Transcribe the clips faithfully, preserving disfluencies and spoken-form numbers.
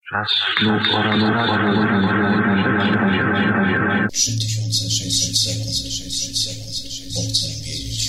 Czas snu paranormalnego. trzy tysiące sześćset sekund. Chcę wiedzieć.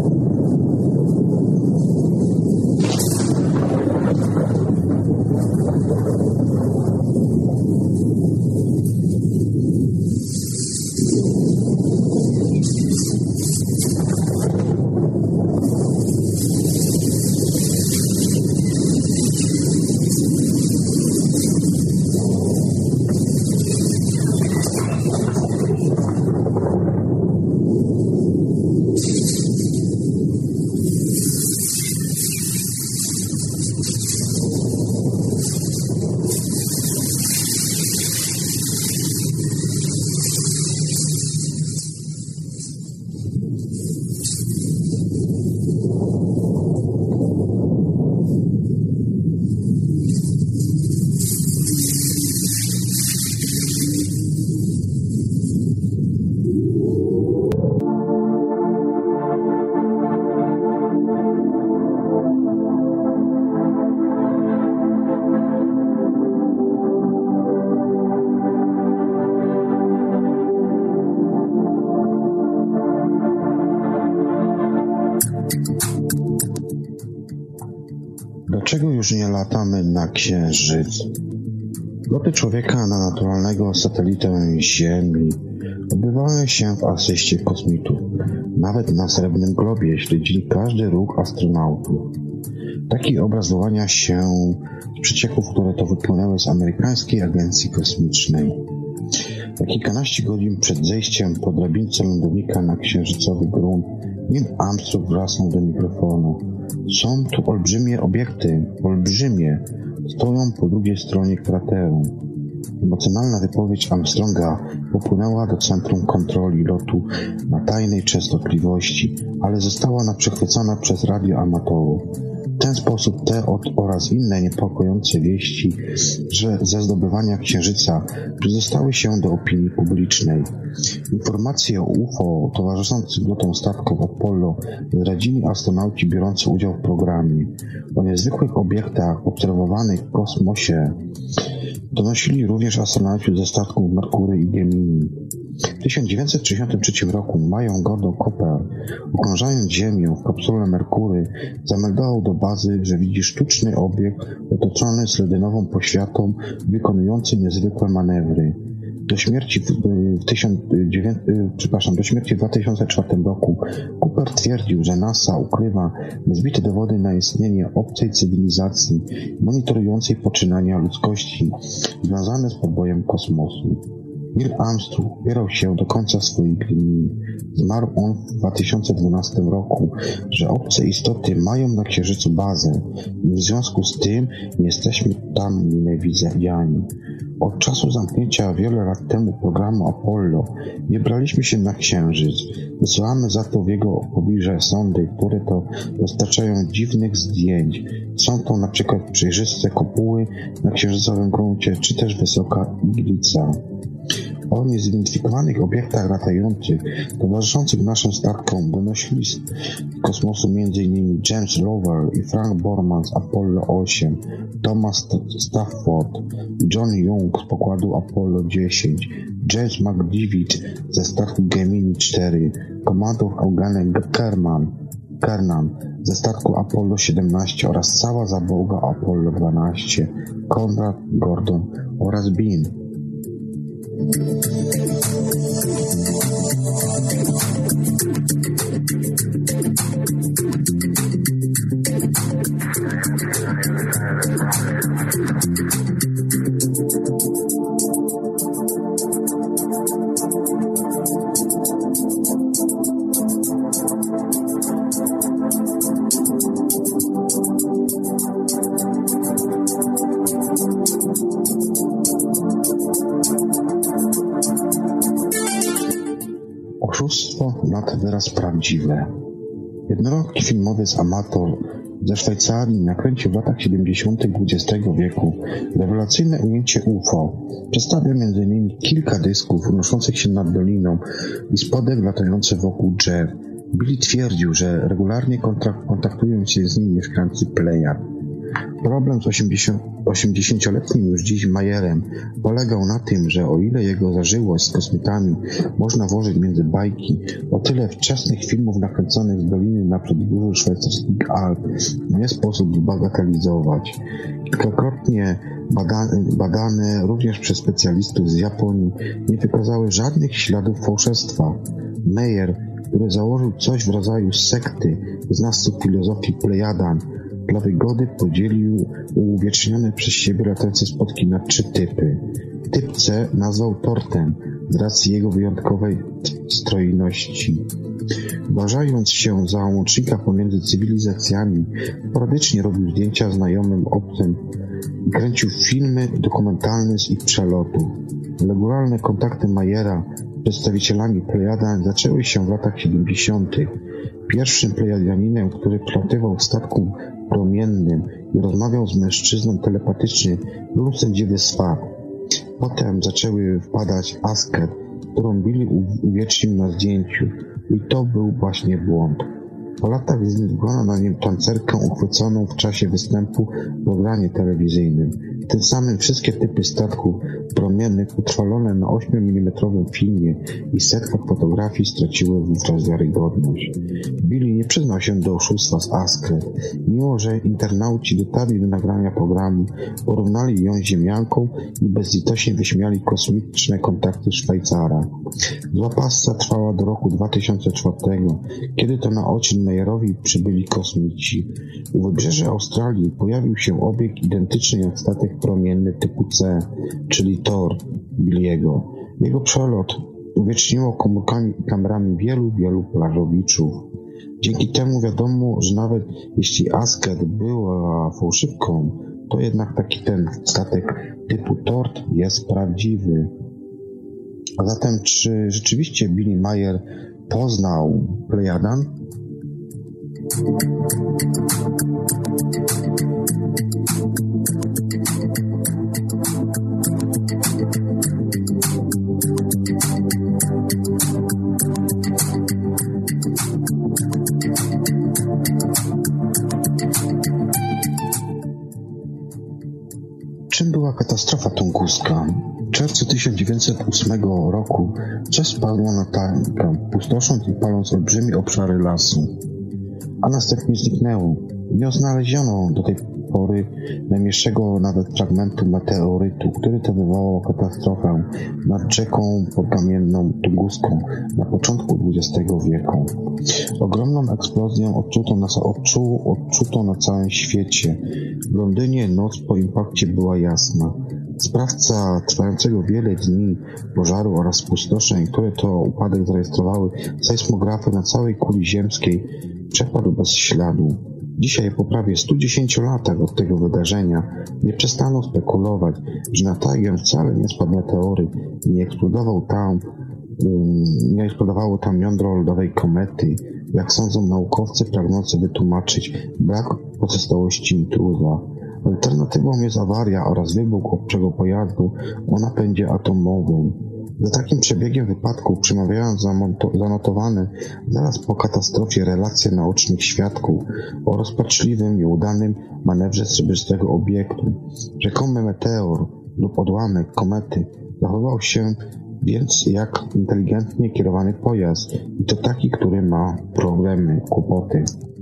Dlaczego już nie latamy na Księżyc? Loty człowieka na naturalnego satelitę Ziemi odbywały się w asyście kosmitów. Nawet na Srebrnym Globie śledzili każdy ruch astronautów. Taki obraz wyłania się z przecieków, które to wypłynęły z amerykańskiej agencji kosmicznej. Na kilkanaście godzin przed zejściem po drabince lądownika na księżycowy grunt Neil Armstrong wrasnął do mikrofonu. Są tu olbrzymie obiekty, olbrzymie, stoją po drugiej stronie krateru. Emocjonalna wypowiedź Armstronga popłynęła do centrum kontroli lotu na tajnej częstotliwości, ale została naprzechwycona przez radio amatorów. W ten sposób te od, oraz inne niepokojące wieści, że ze zdobywania Księżyca przedostały się do opinii publicznej. Informacje o U F O towarzyszących lotom statków Apollo zdradzili astronauci biorący udział w programie. O niezwykłych obiektach obserwowanych w kosmosie donosili również astronauci ze statków Merkury i Gemini. W tysiąc dziewięćset sześćdziesiątym trzecim roku Mają Gordon Cooper, okrążając Ziemię w kapsule Merkury, zameldował do bazy, że widzi sztuczny obiekt otoczony sledynową poświatą, wykonujący niezwykłe manewry. Do śmierci w, w, tysiąc dziewięćset, przepraszam, do śmierci w dwa tysiące czwartym roku Cooper twierdził, że NASA ukrywa niezbite dowody na istnienie obcej cywilizacji monitorującej poczynania ludzkości związane z podbojem kosmosu. Neil Armstrong ubierał się do końca swojej linii. Zmarł on w dwa tysiące dwunastym roku, że obce istoty mają na Księżycu bazę i w związku z tym nie jesteśmy tam mile widziani. Od czasu zamknięcia wiele lat temu programu Apollo nie braliśmy się na Księżyc. Wysyłamy za to w jego pobliże sondy, które to dostarczają dziwnych zdjęć. Są to na przykład przejrzyste kopuły na księżycowym gruncie, czy też wysoka iglica. O niezidentyfikowanych obiektach latających towarzyszących naszym statkom donosili z kosmosu m.in. James Lover i Frank Borman z Apollo osiem, Thomas Stafford, John Young z pokładu Apollo dziesięć, James McDivitt ze statku Gemini cztery, komandor Eugene Kerman, Kernan ze statku Apollo siedemnaście oraz cała załoga Apollo dwanaście, Conrad Gordon oraz Bean. Oszustwo nad wyraz prawdziwe. Jednoroki filmowiec amator ze Szwajcarii nakręcił w latach siedemdziesiątych dwudziestego wieku rewelacyjne ujęcie U F O. Przedstawia między innymi kilka dysków unoszących się nad doliną i spodek latający wokół drzew. Billy twierdził, że regularnie kontaktują się z nim mieszkańcy Plejad. Problem z osiemdziesięcioletnim już dziś Mayerem polegał na tym, że o ile jego zażyłość z kosmitami można włożyć między bajki, o tyle wczesnych filmów nakręconych z doliny na przedgórzu szwajcarskich Alp nie sposób zbagatelizować. Kilkakrotnie badane, badane również przez specjalistów z Japonii nie wykazały żadnych śladów fałszerstwa. Mayer, który założył coś w rodzaju sekty znawców filozofii Plejadan, dla wygody podzielił uwiecznione przez siebie latające spotki na trzy typy. Typ C nazwał tortem z racji jego wyjątkowej strojności. Uważając się za łącznika pomiędzy cywilizacjami, sporadycznie robił zdjęcia znajomym obcym i kręcił filmy dokumentalne z ich przelotów. Regularne kontakty Mayera z przedstawicielami Plejadan zaczęły się w latach siedemdziesiątych. Pierwszym Plejadianinem, który prelatywał w statku promiennym i rozmawiał z mężczyzną telepatycznie, był sędziwy Swat. Potem zaczęły wpadać Asket, którą Billy uwiecznił na zdjęciu, i to był właśnie błąd. Po latach znaleziono na nim tancerkę uchwyconą w czasie występu w programie telewizyjnym. Tym samym wszystkie typy statków promiennych utrwalone na ośmiomilimetrowym filmie i setkach fotografii straciły wówczas wiarygodność. Billy nie przyznał się do oszustwa z Asket, mimo że internauci dotarli do nagrania programu, porównali ją z ziemianką i bezlitośnie wyśmiali kosmiczne kontakty Szwajcara. Zła passa trwała do roku dwa tysiące czwartego, kiedy to na oczy Mayerowi przybyli kosmici. U wybrzeży Australii pojawił się obiekt identyczny jak statek promienny typu C, czyli Thor Billiego. Jego przelot uwieczniło komórkami i kamerami wielu, wielu plażowiczów. Dzięki temu wiadomo, że nawet jeśli Asket była fałszywką, to jednak taki ten statek typu Thor jest prawdziwy. A zatem, czy rzeczywiście Billy Mayer poznał Plejadan? Czym była katastrofa tunguska? W czerwcu tysiąc dziewięćset ósmego roku coś spadło na Tajkę, pustosząc i paląc olbrzymie obszary lasu, a następnie zniknęło. Nie znaleziono do tej pory najmniejszego nawet fragmentu meteorytu, który to wywołał katastrofę nad rzeką podkamienną Tunguską na początku dwudziestego wieku. Ogromną eksplozję odczuto na, odczu, odczuto na całym świecie. W Londynie noc po impakcie była jasna. Sprawca trwającego wiele dni pożaru oraz spustoszeń, które to upadek zarejestrowały sejsmografy na całej kuli ziemskiej, przepadł bez śladu. Dzisiaj, po prawie stu dziesięciu latach od tego wydarzenia, nie przestaną spekulować, że na Tajgę wcale nie spadł meteoryt i nie eksplodował tam, um, nie eksplodowało tam jądro lodowej komety, jak sądzą naukowcy pragnący wytłumaczyć brak pozostałości intruza. Alternatywą jest awaria oraz wybuch obcego pojazdu o napędzie atomowym. Za takim przebiegiem wypadku przemawiają zanotowane zaraz po katastrofie relacje naocznych świadków o rozpaczliwym i udanym manewrze srebrystego obiektu. Rzekomy meteor lub odłamek komety zachował się więc jak inteligentnie kierowany pojazd i to taki, który ma problemy, kłopoty.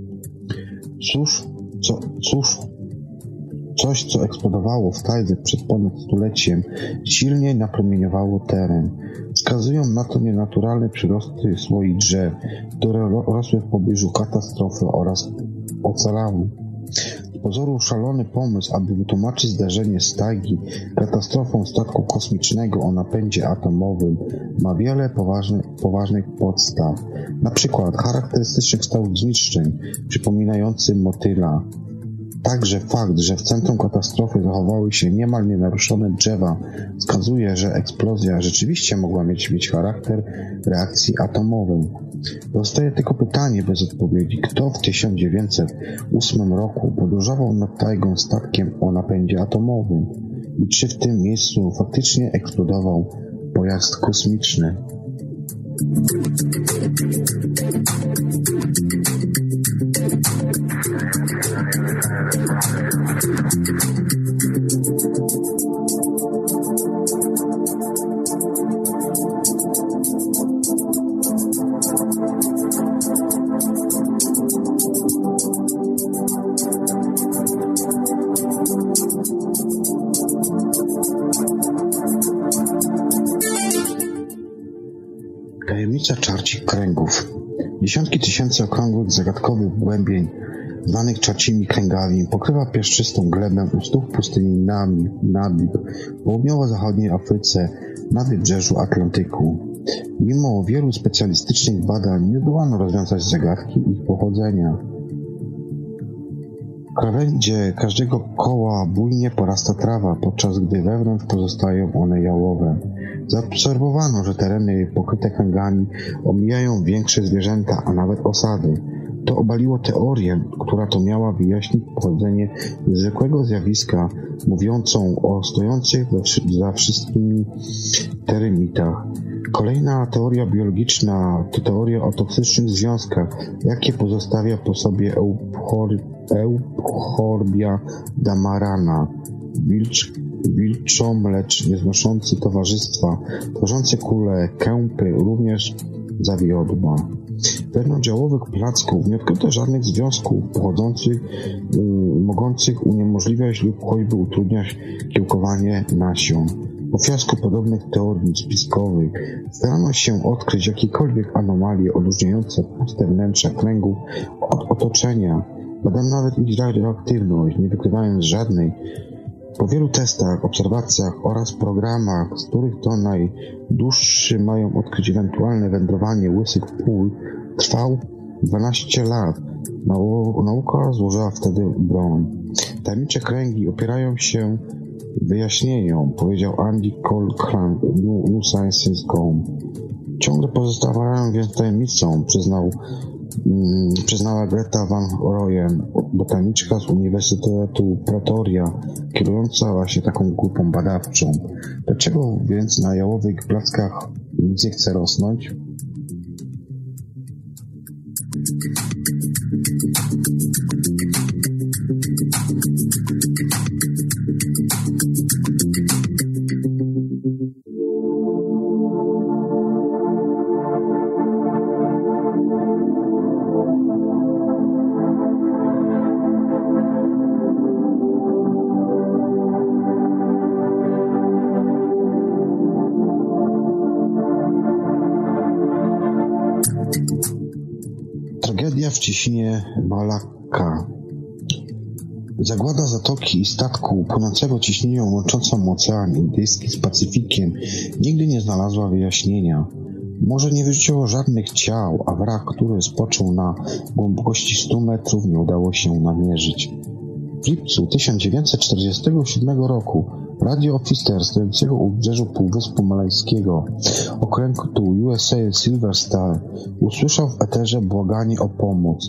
Cóż, co, cóż, Coś, co eksplodowało w Tajdze przed ponad stuleciem, silnie napromieniowało teren. Wskazują na to nienaturalne przyrosty słoi drzew, które rosły w pobliżu katastrofy oraz ocalały. Z pozoru szalony pomysł, aby wytłumaczyć zdarzenie z Tajgi katastrofą statku kosmicznego o napędzie atomowym, ma wiele poważny, poważnych podstaw. Na przykład charakterystyczny kształt zniszczeń, przypominający motyla. Także fakt, że w centrum katastrofy zachowały się niemal nienaruszone drzewa, wskazuje, że eksplozja rzeczywiście mogła mieć, mieć charakter reakcji atomowej. Pozostaje tylko pytanie bez odpowiedzi, kto w tysiąc dziewięćset ósmym roku podróżował nad Tajgą statkiem o napędzie atomowym i czy w tym miejscu faktycznie eksplodował pojazd kosmiczny. Tajemnica czarcich kręgów. Dziesiątki tysięcy okrągłych, zagadkowych głębień, zwanych czarcimi kręgami, pokrywa piaszczystą glebę u stóp pustyni Namib w południowo-zachodniej Afryce na wybrzeżu Atlantyku. Mimo wielu specjalistycznych badań nie zdołano rozwiązać zagadki ich pochodzenia. W krawędzie każdego koła bujnie porasta trawa, podczas gdy wewnątrz pozostają one jałowe. Zaobserwowano, że tereny pokryte kręgami omijają większe zwierzęta, a nawet osady. To obaliło teorię, która to miała wyjaśnić pochodzenie zwykłego zjawiska, mówiącą o stojących za wszystkimi terymitach. Kolejna teoria biologiczna to teoria o toksycznych związkach, jakie pozostawia po sobie Euphorbia damarana, wilcz, wilczą, lecz nieznoszący towarzystwa, tworzący kule kępy również zawiodła. Wewnątrz działowych placków nie odkryto żadnych związków pochodzących, yy, mogących uniemożliwiać lub choćby utrudniać kiełkowanie nasion. Po fiasku podobnych teorii spiskowych starano się odkryć jakiekolwiek anomalie odróżniające puste wnętrza kręgów od otoczenia. Badano nawet ich radioaktywność, nie wykrywając żadnej. Po wielu testach, obserwacjach oraz programach, z których to najdłuższy mają odkryć ewentualne wędrowanie łysych pól, trwał dwanaście lat. Nauka złożyła wtedy broń. Tajemnicze kręgi opierają się wyjaśnieniom, powiedział Andy Colquhoun, New Sciences kropka com. Ciągle pozostawają więc tajemnicą, przyznał, mm, przyznała Greta Van Rooyen, botaniczka z Uniwersytetu Pretoria, kierująca się taką grupą badawczą. Dlaczego więc na jałowych plackach nic nie chce rosnąć? Tragedia w cieśninie Malakka. Zagłada zatoki i statku płynącego ciśnienią łączącą Ocean Indyjski z Pacyfikiem nigdy nie znalazła wyjaśnienia. Morze nie wyrzuciło żadnych ciał, a wrak, który spoczął na głębokości stu metrów, nie udało się namierzyć. W lipcu tysiąc dziewięćset czterdziestego siódmego roku radio oficer stojącego u wybrzeżu Półwyspu Malajskiego okrętu U S A Silver Star usłyszał w eterze błaganie o pomoc.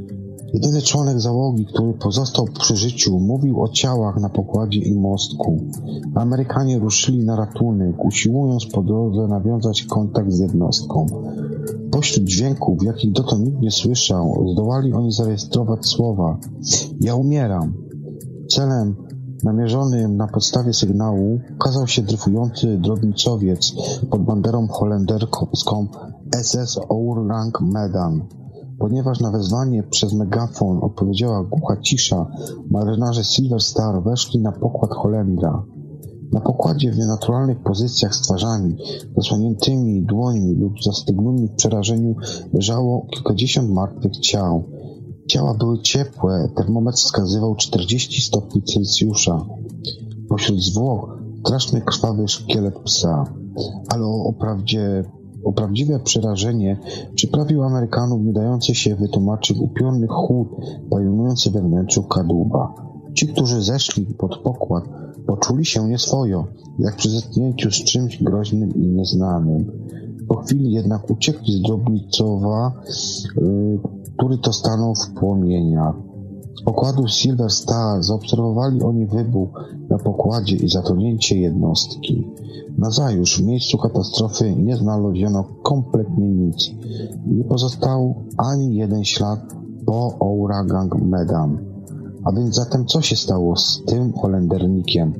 Jedyny członek załogi, który pozostał przy życiu, mówił o ciałach na pokładzie i mostku. Amerykanie ruszyli na ratunek, usiłując po drodze nawiązać kontakt z jednostką. Pośród dźwięków, jakich dotąd nikt nie słyszał, zdołali oni zarejestrować słowa: ja umieram. Celem namierzonym na podstawie sygnału okazał się dryfujący drobnicowiec pod banderą holenderską S S Orang Medan. Ponieważ na wezwanie przez megafon odpowiedziała głucha cisza, marynarze Silver Star weszli na pokład Holendra. Na pokładzie w nienaturalnych pozycjach z twarzami zasłoniętymi dłońmi lub zastygłymi w przerażeniu leżało kilkadziesiąt martwych ciał. Ciała były ciepłe, termometr wskazywał czterdzieści stopni Celsjusza. Pośród zwłok straszny krwawy szkielet psa, ale o, o prawdzie O prawdziwe przerażenie przyprawił Amerykanów nie dający się wytłumaczyć upiorny chłód panujący we wnętrzu kadłuba. Ci, którzy zeszli pod pokład, poczuli się nieswojo, jak przy zetknięciu z czymś groźnym i nieznanym. Po chwili jednak uciekli z Drobnicowa, yy, który to stanął w płomieniach. Z pokładu Silver Star zaobserwowali oni wybuch na pokładzie i zatonięcie jednostki. Nazajutrz w miejscu katastrofy nie znaleziono kompletnie nic. Nie pozostał ani jeden ślad po Orang Medan. A więc zatem co się stało z tym Holendernikiem?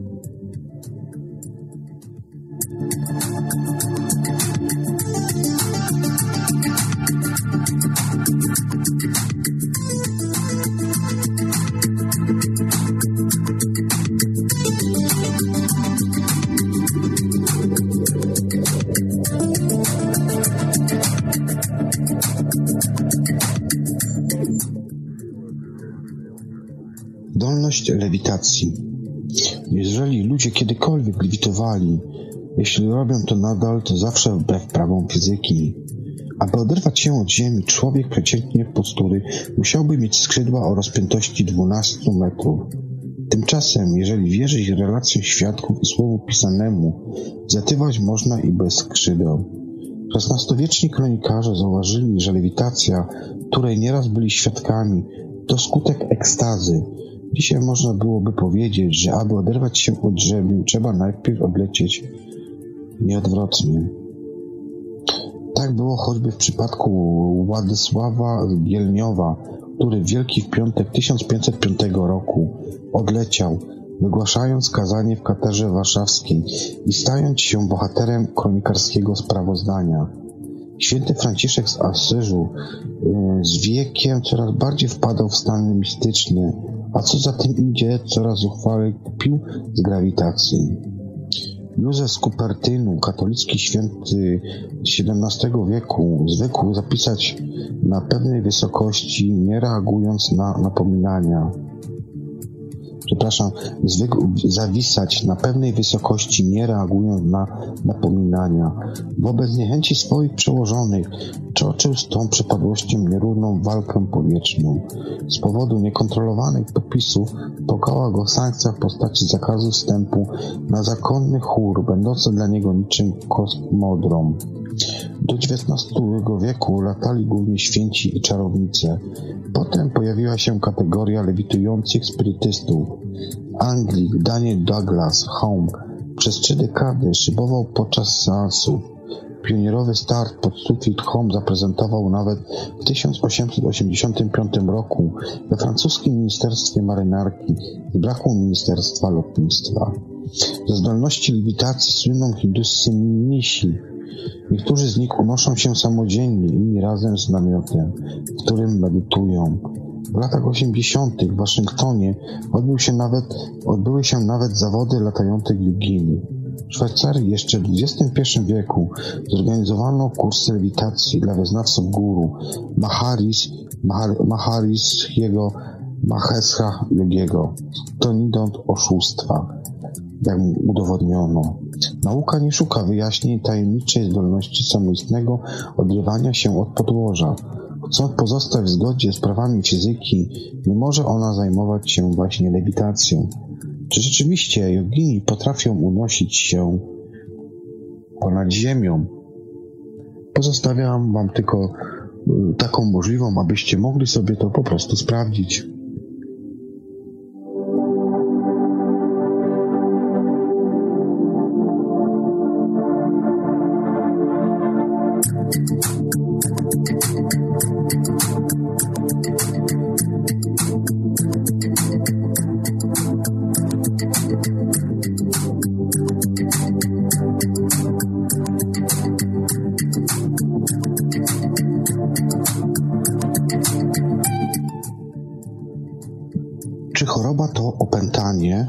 Zdolność lewitacji. Jeżeli ludzie kiedykolwiek lewitowali, jeśli robią to nadal, to zawsze wbrew prawom fizyki. Aby oderwać się od ziemi, człowiek przeciętnie postury musiałby mieć skrzydła o rozpiętości dwanaście metrów. Tymczasem, jeżeli wierzyć relacjom świadków i słowu pisanemu, zlatywać można i bez skrzydeł. szesnastowieczni kronikarze zauważyli, że lewitacja, której nieraz byli świadkami, to skutek ekstazy. Dzisiaj można byłoby powiedzieć, że aby oderwać się od ziemi, trzeba najpierw odlecieć nieodwrotnie. Tak było choćby w przypadku Władysława Gielniowa, który w Wielki Piątek tysiąc pięćset piątego roku odleciał, wygłaszając kazanie w katedrze warszawskiej i stając się bohaterem kronikarskiego sprawozdania. Święty Franciszek z Asyżu z wiekiem coraz bardziej wpadał w stany mistyczne, a co za tym idzie, coraz zuchwalej kpił z grawitacji. Józef z Kupertynu, katolicki święty z siedemnastego wieku, zwykł zapisać na pewnej wysokości, nie reagując na napominania. Przepraszam, zwykł zawisać na pewnej wysokości, nie reagując na napominania. Wobec niechęci swoich przełożonych toczył z tą przypadłością nierówną walkę powietrzną. Z powodu niekontrolowanych popisów spotkała go sankcja w postaci zakazu wstępu na zakonny chór, będący dla niego niczym kosmodrom. Do dziewiętnastego wieku latali głównie święci i czarownice. Potem pojawiła się kategoria lewitujących spirytystów. Anglik Daniel Douglas Home przez trzy dekady szybował podczas seansów. Pionierowy start pod sufit Home zaprezentował nawet w tysiąc osiemset osiemdziesiątym piątym roku we francuskim Ministerstwie Marynarki z braku Ministerstwa Lotnictwa. Ze zdolności lewitacji słyną hinduscy mnisi. Niektórzy z nich unoszą się samodzielnie, inni razem z namiotem, w którym medytują. W latach osiemdziesiątych w Waszyngtonie odbył się nawet, odbyły się nawet zawody latających jogini. W Szwajcarii jeszcze w dwudziestym pierwszym wieku zorganizowano kursy lewitacji dla wyznawców guru Maharis, Mahar, Maharishiego Mahesha Yogiego, to nie idąc oszustwa, jak mu udowodniono. Nauka nie szuka wyjaśnień tajemniczej zdolności samoistnego odrywania się od podłoża. Chcąc pozostać w zgodzie z prawami fizyki, nie może ona zajmować się właśnie lewitacją. Czy rzeczywiście jogini potrafią unosić się ponad ziemią? Pozostawiam wam tylko taką możliwą, abyście mogli sobie to po prostu sprawdzić. Czy choroba to opętanie?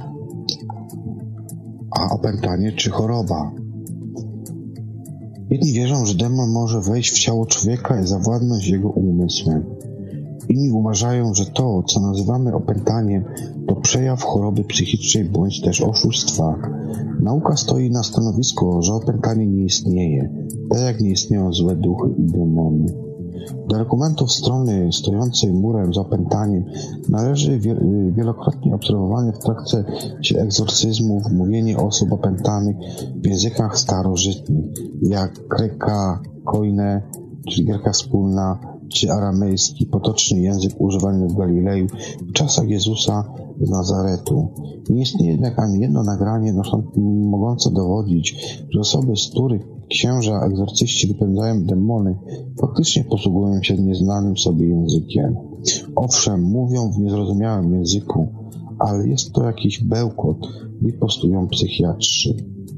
A opętanie czy choroba? Jedni wierzą, że demon może wejść w ciało człowieka i zawładnąć jego umysłem. Inni uważają, że to, co nazywamy opętaniem, to przejaw choroby psychicznej bądź też oszustwa. Nauka stoi na stanowisku, że opętanie nie istnieje, tak jak nie istnieją złe duchy i demony. Do argumentów strony stojącej murem z opętaniem należy wielokrotnie obserwowane w trakcie egzorcyzmów mówienie osób opętanych w językach starożytnych, jak greka koine, czyli greka wspólna, czy aramejski, potoczny język używany w Galilei w czasach Jezusa z Nazaretu. Nie istnieje jednak ani jedno nagranie mogące dowodzić, że osoby, z których księża egzorcyści wypędzają demony, faktycznie posługują się nieznanym sobie językiem. Owszem, mówią w niezrozumiałym języku, ale jest to jakiś bełkot, ripostują psychiatrzy.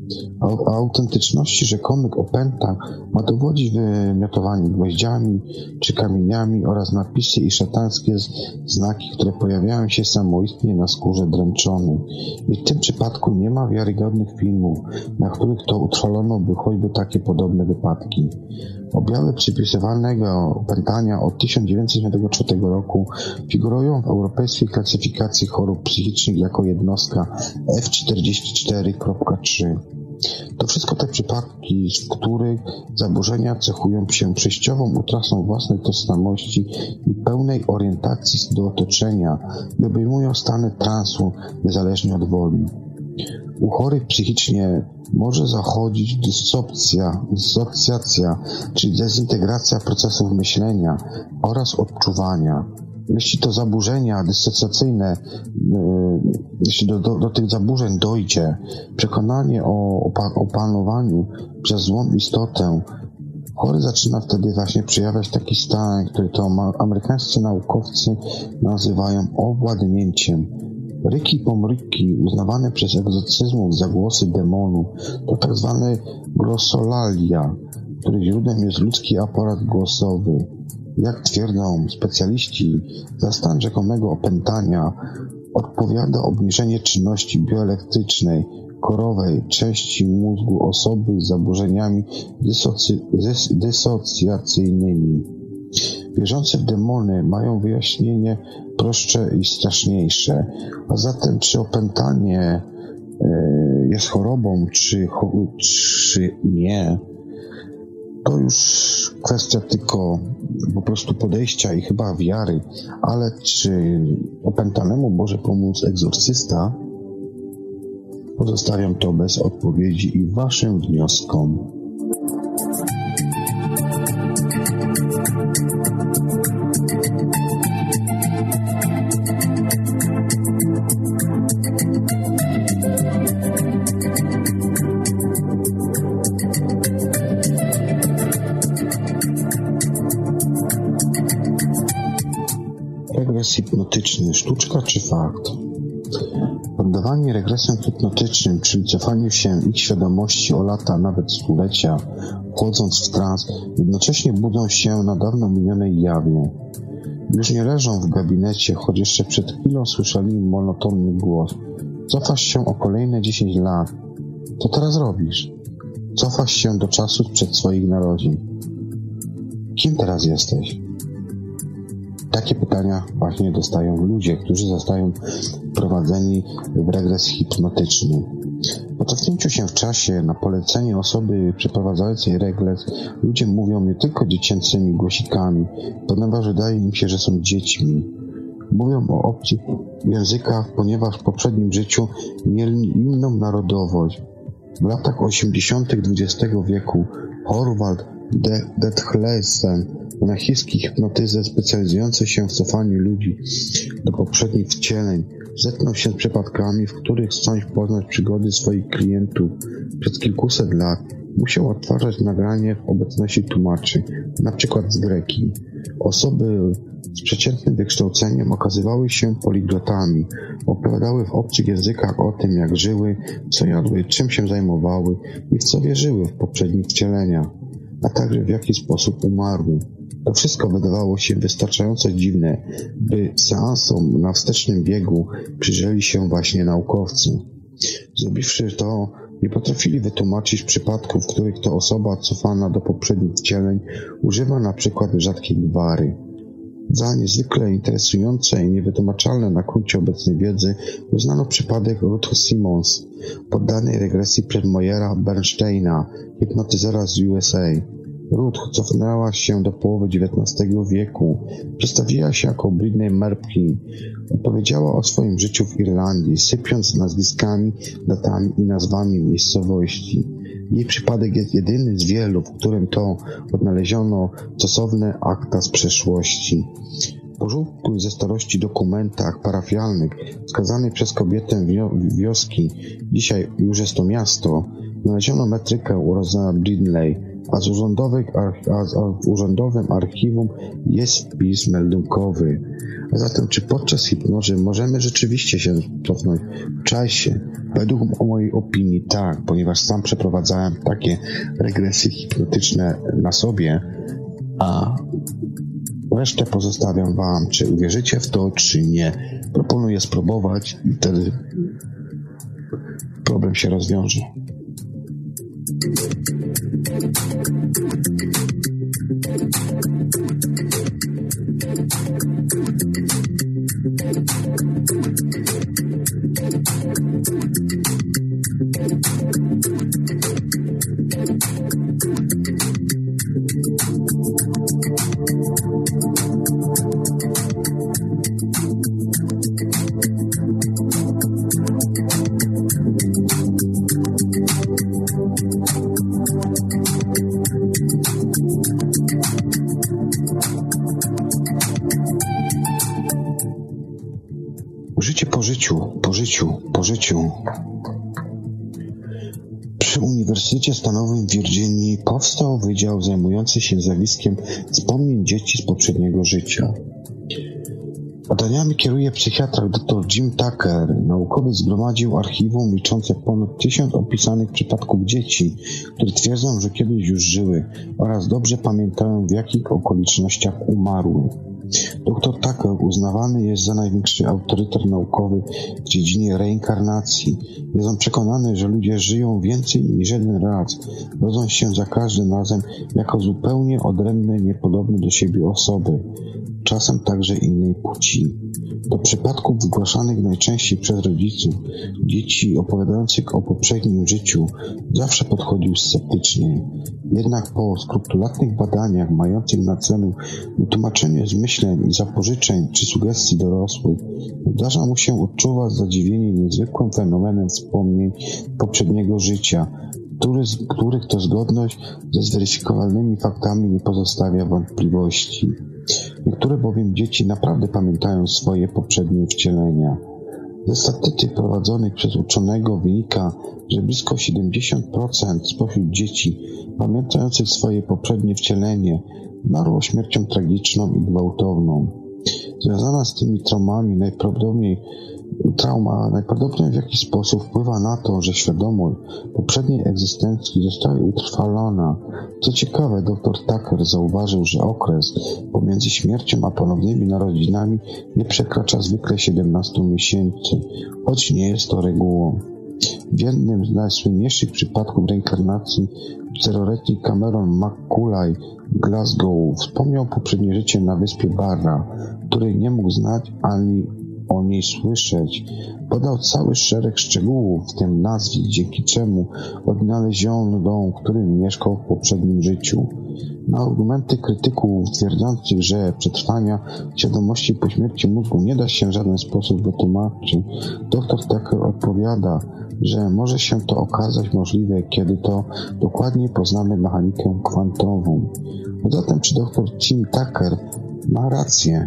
O autentyczności rzekomych opętań ma dowodzić wymiotowanie gwoździami czy kamieniami oraz napisy i szatańskie znaki, które pojawiają się samoistnie na skórze dręczonej. I w tym przypadku nie ma wiarygodnych filmów, na których to utrwalono by choćby takie podobne wypadki. Objawy przypisywanego opętania od tysiąc dziewięćset dziewięćdziesiątego czwartego roku figurują w Europejskiej Klasyfikacji Chorób Psychicznych jako jednostka F czterdzieści cztery trzy. To wszystko te przypadki, w których zaburzenia cechują się przejściową utratą własnej tożsamości i pełnej orientacji do otoczenia i obejmują stany transu niezależnie od woli. U chorych psychicznie może zachodzić dysocjacja, dysocjacja, czyli dezintegracja procesów myślenia oraz odczuwania. Jeśli to zaburzenia dysocjacyjne, yy, jeśli do, do, do tych zaburzeń dojdzie, przekonanie o opanowaniu przez złą istotę, chory zaczyna wtedy właśnie przejawiać taki stan, który to amerykańscy naukowcy nazywają owładnięciem. Ryki pomryki uznawane przez egzorcyzmów za głosy demonu to tak zwane glossolalia, których źródłem jest ludzki aparat głosowy. Jak twierdzą specjaliści, za stan rzekomego opętania odpowiada obniżenie czynności bioelektrycznej korowej części mózgu osoby z zaburzeniami dysocy, dys, dysocjacyjnymi. Wierzący w demony mają wyjaśnienie prostsze i straszniejsze. A zatem czy opętanie y, jest chorobą, czy, czy nie, to już kwestia tylko po prostu podejścia i chyba wiary, ale czy opętanemu może pomóc egzorcysta? Pozostawiam to bez odpowiedzi i waszym wnioskom. Regres hipnotyczny, sztuczka czy fakt? Poddawanie regresem hipnotycznym, czyli cofaniu się ich świadomości o lata, nawet stulecia, wchodząc w trans, jednocześnie budzą się na dawno minionej jawie. Już nie leżą w gabinecie, choć jeszcze przed chwilą słyszeli monotonny głos. Cofasz się o kolejne dziesięć lat. Co teraz robisz? Cofasz się do czasu sprzed swoich narodzin. Kim teraz jesteś? Takie pytania właśnie dostają ludzie, którzy zostają wprowadzeni w regres hipnotyczny. Po cofnięciu się w czasie na polecenie osoby przeprowadzającej regres, ludzie mówią nie tylko dziecięcymi głosikami, ponieważ wydaje im się, że są dziećmi. Mówią o obcych językach, ponieważ w poprzednim życiu mieli inną narodowość. W latach osiemdziesiątych dwudziestego wieku Horvald Dethlesen, monachijski hipnotyzer specjalizujący się w cofaniu ludzi do poprzednich wcieleń, zetknął się z przypadkami, w których chcąc poznać przygody swoich klientów przez kilkuset lat, musiał odtwarzać nagranie w obecności tłumaczy, na przykład z greki. Osoby z przeciętnym wykształceniem okazywały się poliglotami, opowiadały w obcych językach o tym, jak żyły, co jadły, czym się zajmowały i w co wierzyły w poprzednich wcieleniach, a także w jaki sposób umarły. To wszystko wydawało się wystarczająco dziwne, by seansom na wstecznym biegu przyjrzeli się właśnie naukowcy. Zrobiwszy to, nie potrafili wytłumaczyć przypadków, w których to osoba cofana do poprzednich wcieleń używa na przykład rzadkiej gwary. Za niezwykle interesujące i niewytłumaczalne na gruncie obecnej wiedzy uznano przypadek Ruth Simmons, poddanej regresji przez Mojera Bernsteina, hipnotyzera z U S A. Ruth cofnęła się do połowy dziewiętnastego wieku. Przedstawiła się jako Britney Merpin. Opowiedziała o swoim życiu w Irlandii, sypiąc nazwiskami, datami i nazwami miejscowości. Jej przypadek jest jedyny z wielu, w którym to odnaleziono stosowne akta z przeszłości. W pożółkłych ze starości dokumentach parafialnych wskazanych przez kobietę wioski, dzisiaj już jest to miasto, znaleziono metrykę urodzenia Bridley, a, z urzędowych, a w urzędowym archiwum jest wpis meldunkowy. A zatem, czy podczas hipnozy możemy rzeczywiście się cofnąć w czasie? Według mojej opinii tak, ponieważ sam przeprowadzałem takie regresje hipnotyczne na sobie, a resztę pozostawiam wam, czy uwierzycie w to, czy nie. Proponuję spróbować i wtedy problem się rozwiąże. Życie po życiu, po życiu, po życiu. Przy Uniwersytecie Stanowym w Virginii powstał wydział zajmujący się zjawiskiem wspomnień dzieci z poprzedniego życia. Badaniami kieruje psychiatra dr Jim Tucker. Naukowiec zgromadził archiwum liczące ponad tysiąc opisanych przypadków dzieci, które twierdzą, że kiedyś już żyły oraz dobrze pamiętają, w jakich okolicznościach umarły. Doktor Tucker uznawany jest za największy autorytet naukowy w dziedzinie reinkarnacji. Jest on przekonany, że ludzie żyją więcej niż jeden raz, rodzą się za każdym razem jako zupełnie odrębne, niepodobne do siebie osoby, czasem także innej płci. Do przypadków wygłaszanych najczęściej przez rodziców dzieci opowiadających o poprzednim życiu zawsze podchodził sceptycznie. Jednak po skrupulatnych badaniach mających na celu wytłumaczenie zmyśleń i zapożyczeń czy sugestii dorosłych, zdarza mu się odczuwać zadziwienie niezwykłym fenomenem wspomnień poprzedniego życia, który, z których to zgodność ze zweryfikowalnymi faktami nie pozostawia wątpliwości. Niektóre bowiem dzieci naprawdę pamiętają swoje poprzednie wcielenia. Ze statystyk prowadzonych przez uczonego wynika, że blisko siedemdziesiąt procent spośród dzieci pamiętających swoje poprzednie wcielenie zmarło śmiercią tragiczną i gwałtowną. Związana z tymi traumami najprawdopodobniej trauma najprawdopodobniej w jakiś sposób wpływa na to, że świadomość poprzedniej egzystencji zostaje utrwalona. Co ciekawe, dr Tucker zauważył, że okres pomiędzy śmiercią a ponownymi narodzinami nie przekracza zwykle siedemnastu miesięcy, choć nie jest to regułą. W jednym z najsłynniejszych przypadków reinkarnacji czteroletni Cameron McCulley w Glasgow wspomniał poprzednie życie na wyspie Barra, której nie mógł znać ani o niej słyszeć. Podał cały szereg szczegółów, w tym nazwisk, dzięki czemu odnaleziono dom, w którym mieszkał w poprzednim życiu. Na argumenty krytyków twierdzących, że przetrwania świadomości po śmierci mózgu nie da się w żaden sposób wytłumaczyć, dr Tucker odpowiada, że może się to okazać możliwe, kiedy to dokładnie poznamy mechanikę kwantową. A zatem czy dr Jim Tucker ma rację?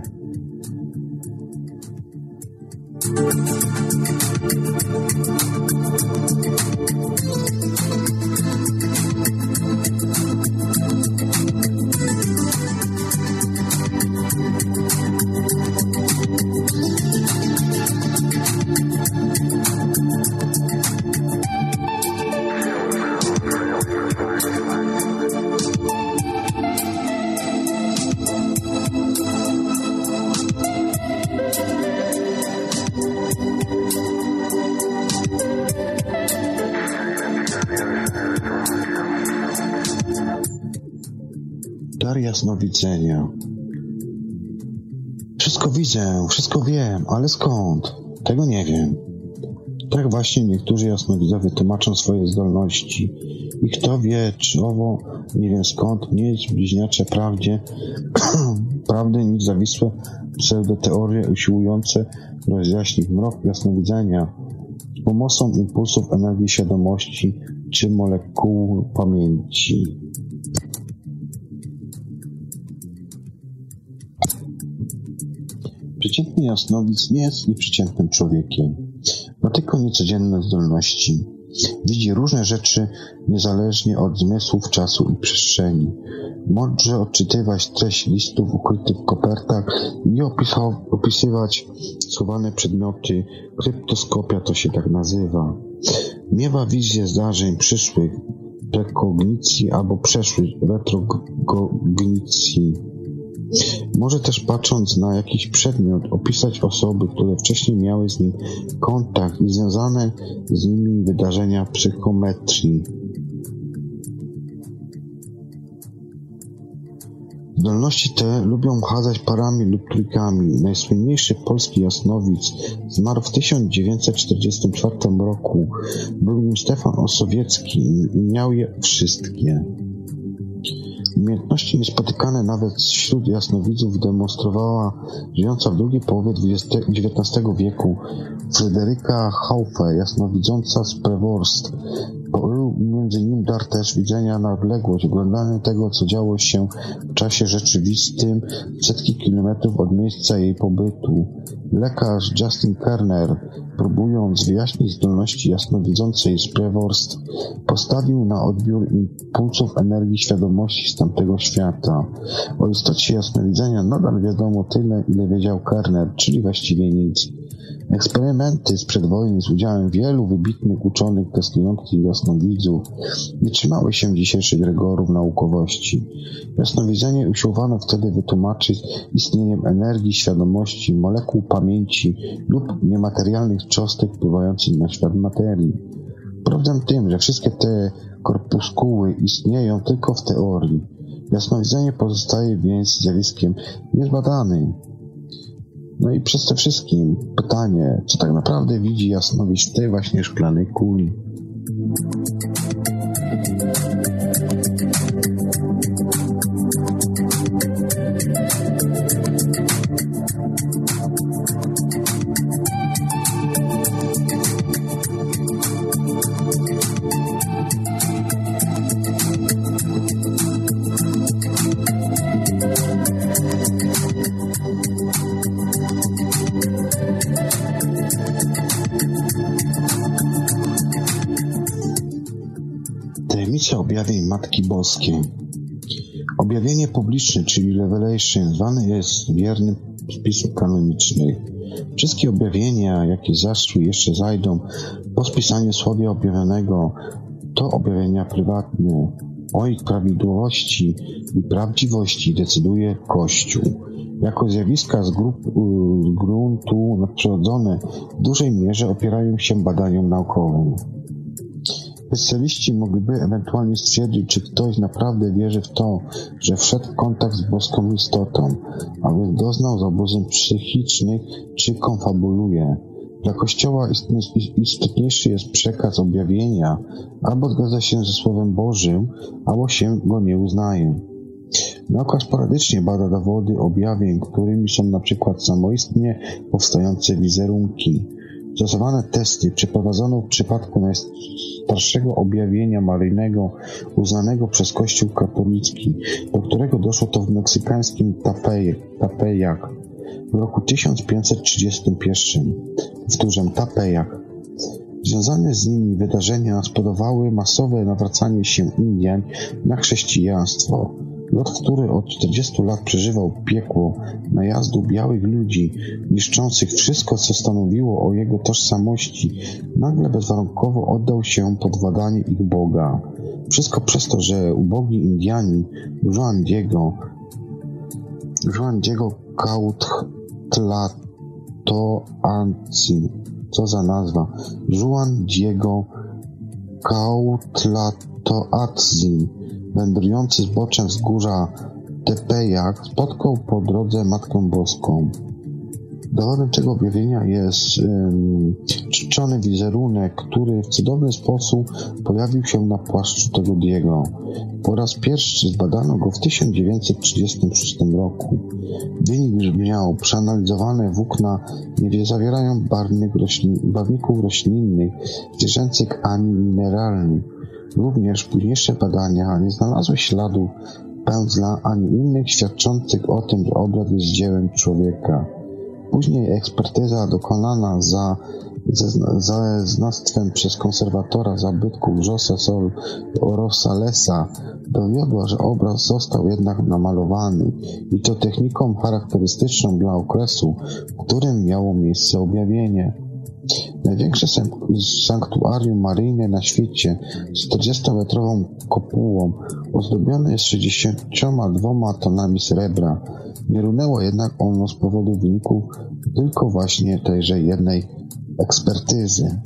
Dar jasnowidzenia. Wszystko widzę, wszystko wiem, ale skąd? Tego nie wiem. Tak właśnie niektórzy jasnowidzowie tłumaczą swoje zdolności. I kto wie, czy owo, nie wiem skąd, nie jest bliźniacze prawdzie, prawdy nic zawisłe pseudoteorie usiłujące rozjaśnić mrok jasnowidzenia z pomocą impulsów energii świadomości czy molekuł pamięci. Przeciętny jasnowidz nie jest nieprzeciętnym człowiekiem. Ma tylko niecodzienne zdolności. Widzi różne rzeczy niezależnie od zmysłów czasu i przestrzeni. Może odczytywać treść listów ukrytych w kopertach i opisał, opisywać schowane przedmioty. Kryptoskopia to się tak nazywa. Miewa wizję zdarzeń przyszłych, prekognicji albo przeszłych, retrognicji. Może też patrząc na jakiś przedmiot opisać osoby, które wcześniej miały z nim kontakt i związane z nimi wydarzenia psychometrii. Zdolności te lubią chadzać parami lub trójkami. Najsłynniejszy polski jasnowic zmarł w tysiąc dziewięćset czterdziestym czwartym roku. Był nim Stefan Osowiecki i miał je wszystkie. Umiejętności niespotykane nawet wśród jasnowidzów demonstrowała żyjąca w drugiej połowie dziewiętnastego wieku Fryderyka Haufe, jasnowidząca z Preworst. Był między nim dar też widzenia na odległość, oglądania tego, co działo się w czasie rzeczywistym setki kilometrów od miejsca jej pobytu. Lekarz Justin Kerner, próbując wyjaśnić zdolności jasnowidzącej z Preworst, postawił na odbiór impulsów energii świadomości z tamtego świata. O istocie jasnowidzenia nadal wiadomo tyle, ile wiedział Kerner, czyli właściwie nic. Eksperymenty sprzed wojny z udziałem wielu wybitnych uczonych testujących jasnowidzów nie trzymały się dzisiejszych rygorów naukowości. Jasnowidzenie usiłowano wtedy wytłumaczyć istnieniem energii, świadomości, molekuł pamięci lub niematerialnych cząstek wpływających na świat materii. Problem tym, że wszystkie te korpuskuły istnieją tylko w teorii. Jasnowidzenie pozostaje więc zjawiskiem niezbadanym. No i przede wszystkim pytanie, co tak naprawdę widzi jasnowidz w tej właśnie szklanej kuli? Tajemnica objawień Matki Boskiej. Objawienie publiczne, czyli revelation, zwane jest wiernym spisów kanonicznych. Wszystkie objawienia, jakie zaszły, jeszcze zajdą po spisaniu słowa objawionego, to objawienia prywatne. O ich prawidłowości i prawdziwości decyduje Kościół. Jako zjawiska z, grup, z gruntu nadprzyrodzone w dużej mierze opierają się badaniom naukowym. Specjaliści mogliby ewentualnie stwierdzić, czy ktoś naprawdę wierzy w to, że wszedł w kontakt z boską istotą, a więc doznał zaburzeń psychicznych, czy konfabuluje. Dla Kościoła istotniejszy jest przekaz objawienia, albo zgadza się ze Słowem Bożym, albo się go nie uznaje. Nauka sporadycznie bada dowody objawień, którymi są na przykład samoistnie powstające wizerunki. Stosowane testy przeprowadzono w przypadku najstarszego objawienia maryjnego uznanego przez Kościół katolicki, do którego doszło to w meksykańskim Tepeyac w roku tysiąc pięćset trzydziestym pierwszym. Powtórzę, Tepeyac. Związane z nimi wydarzenia spowodowały masowe nawracanie się Indian na chrześcijaństwo. Lud, który od czterdziestu lat przeżywał piekło najazdu białych ludzi, niszczących wszystko, co stanowiło o jego tożsamości, nagle bezwarunkowo oddał się pod władanie ich Boga. Wszystko przez to, że ubogi Indianin Juan Diego Juan Diego Cuauhtlacoatzin, co za nazwa, Juan Diego Cuauhtlacoatzin, wędrujący zboczem wzgórza Tepeyac, spotkał po drodze Matkę Boską. Dowodem tego objawienia jest um, czczony wizerunek, który w cudowny sposób pojawił się na płaszczu tego Diego. Po raz pierwszy zbadano go w tysiąc dziewięćset trzydziestym szóstym roku. Wynik brzmiał: przeanalizowane włókna nie zawierają barwnych roślin, barwników roślinnych, zwierzęcych ani mineralnych. Również późniejsze badania nie znalazły śladu pędzla ani innych świadczących o tym, że obraz jest dziełem człowieka. Później ekspertyza dokonana za ze zna, znawstwem przez konserwatora zabytków José Sol Rossalesa dowiodła, że obraz został jednak namalowany i to techniką charakterystyczną dla okresu, w którym miało miejsce objawienie. Największe sanktuarium maryjne na świecie z czterdziestometrową kopułą ozdobione jest sześćdziesięcioma dwoma tonami srebra. Nie runęło jednak ono z powodu wyników tylko właśnie tejże jednej ekspertyzy.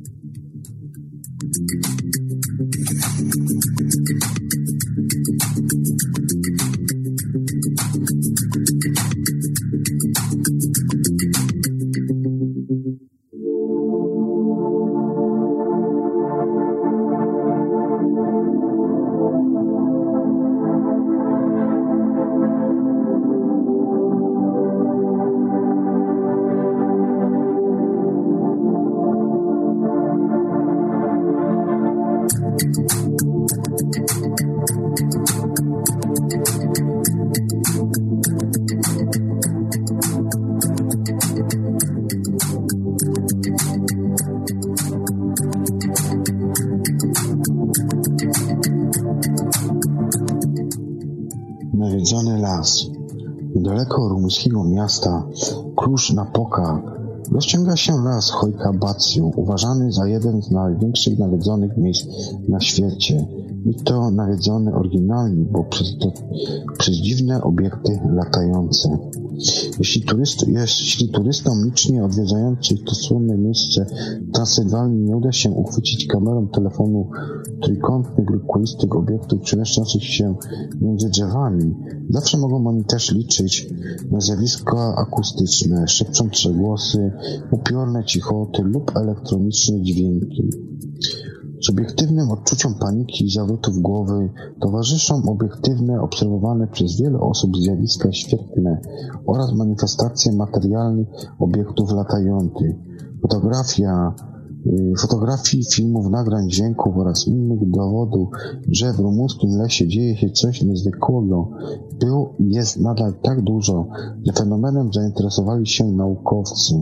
Nawiedzony las. Niedaleko rumuńskiego miasta Cluj-Napoca rozciąga się las Hojka-Bacju, uważany za jeden z największych nawiedzonych miejsc na świecie. I to nawiedzony oryginalnie, bo przez, to, przez dziwne obiekty latające. Jeśli, turyst, jeśli turystom licznie odwiedzających to słynne miejsce Transylwanii nie uda się uchwycić kamerą telefonu trójkątnych lub kulistych obiektów przemieszczających się między drzewami, zawsze mogą oni też liczyć na zjawiska akustyczne, szepczące głosy, upiorne cichoty lub elektroniczne dźwięki. Subiektywnym odczuciom paniki i zawrotów głowy towarzyszą obiektywne, obserwowane przez wiele osób zjawiska świetlne oraz manifestacje materialnych obiektów latających. Fotografia, yy, fotografii, filmów, nagrań, dźwięków oraz innych dowodów, że w rumuńskim lesie dzieje się coś niezwykłego, był i jest nadal tak dużo, że fenomenem zainteresowali się naukowcy.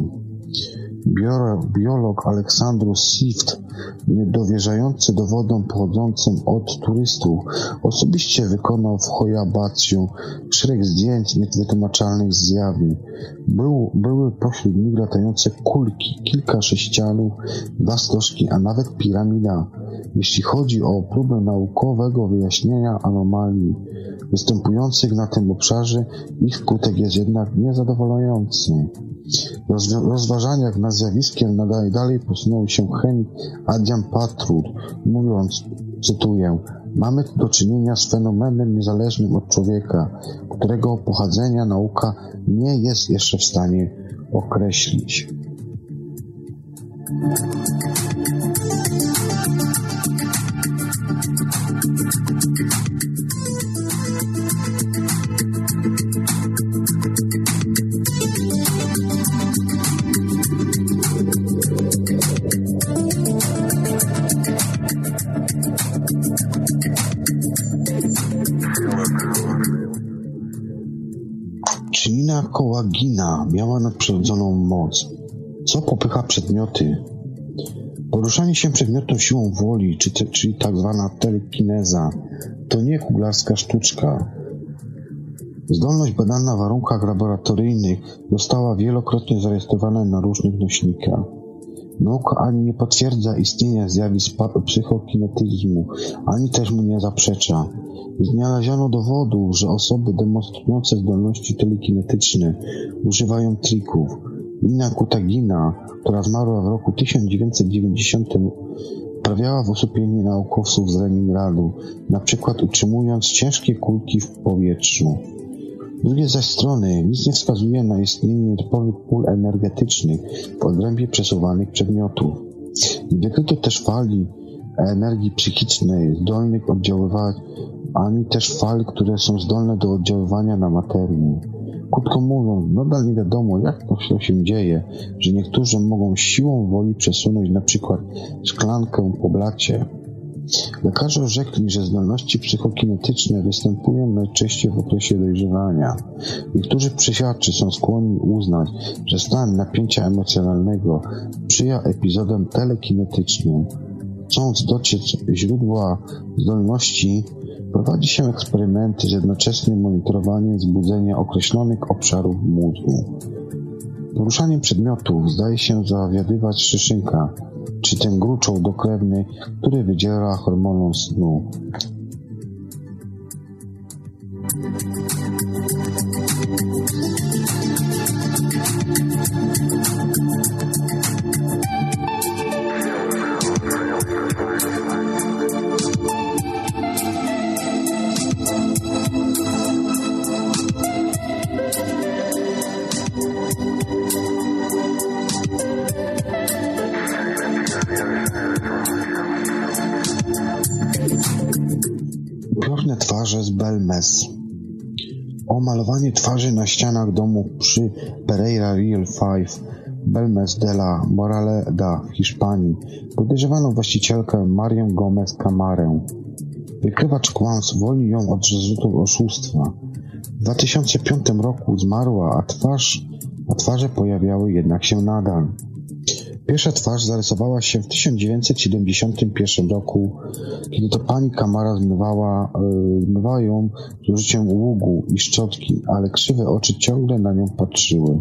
Biolog Aleksandrus Sift, niedowierzający dowodom pochodzącym od turystów, osobiście wykonał w Hoja-Bacju szereg zdjęć niewytłumaczalnych zjawisk. Był, były pośród nich latające kulki, kilka sześcianów, dwa stożki, a nawet piramida. Jeśli chodzi o próbę naukowego wyjaśnienia anomalii występujących na tym obszarze, ich skutek jest jednak niezadowalający. W rozważaniach nad zjawiskiem nadal dalej posunął się chemik Adrian Patrud, mówiąc, cytuję, mamy tu do czynienia z fenomenem niezależnym od człowieka, którego pochodzenia nauka nie jest jeszcze w stanie określić. Czynina Kołagina miała nadprzyrodzoną moc. Co popycha przedmioty? Poruszanie się przedmiotu siłą woli, czy te, czyli tak zwana telekineza, to nie kuglarska sztuczka. Zdolność badana w warunkach laboratoryjnych została wielokrotnie zarejestrowana na różnych nośnikach. Nauka ani nie potwierdza istnienia zjawisk psychokinetyzmu, ani też mu nie zaprzecza. Znaleziono dowodów, że osoby demonstrujące zdolności telekinetyczne używają trików. Nina Kutagina, która zmarła w roku tysiąc dziewięćset dziewięćdziesiątym, wprawiała w osłupienie naukowców z Leningradu, na przykład utrzymując ciężkie kulki w powietrzu. Z drugiej zaś strony nic nie wskazuje na istnienie typowych pól energetycznych w odrębie przesuwanych przedmiotów. Nie wykryto też fali energii psychicznej zdolnych oddziaływać, ani też fal, które są zdolne do oddziaływania na materię. Krótko mówiąc, nadal nie wiadomo, jak to się dzieje, że niektórzy mogą siłą woli przesunąć na przykład szklankę po blacie. Lekarze orzekli, że zdolności psychokinetyczne występują najczęściej w okresie dojrzewania. Niektórzy psychiatrzy są skłonni uznać, że stan napięcia emocjonalnego sprzyja epizodom telekinetycznym. Chcąc dociec źródła zdolności, prowadzi się eksperymenty z jednoczesnym monitorowaniem wzbudzenia określonych obszarów mózgu. Poruszaniem przedmiotów zdaje się zawiadywać szyszynka, czy ten gruczoł dokrewny, który wydziela hormon snu. Upiorne twarze z Belmez. Omalowanie twarzy na ścianach domu przy Pereira Real Five, Belmez de la Moraleda w Hiszpanii podejrzewano właścicielkę Marię Gomez Camarę. Wykrywacz kłamstw zwolnił ją od zarzutów oszustwa. W dwa tysiące piątym roku zmarła, a, twarz, a twarze pojawiały jednak się nadal. Pierwsza twarz zarysowała się w tysiąc dziewięćset siedemdziesiątym pierwszym roku, kiedy to pani Camara zmywała, yy, zmywała ją z użyciem ługu i szczotki, ale krzywe oczy ciągle na nią patrzyły.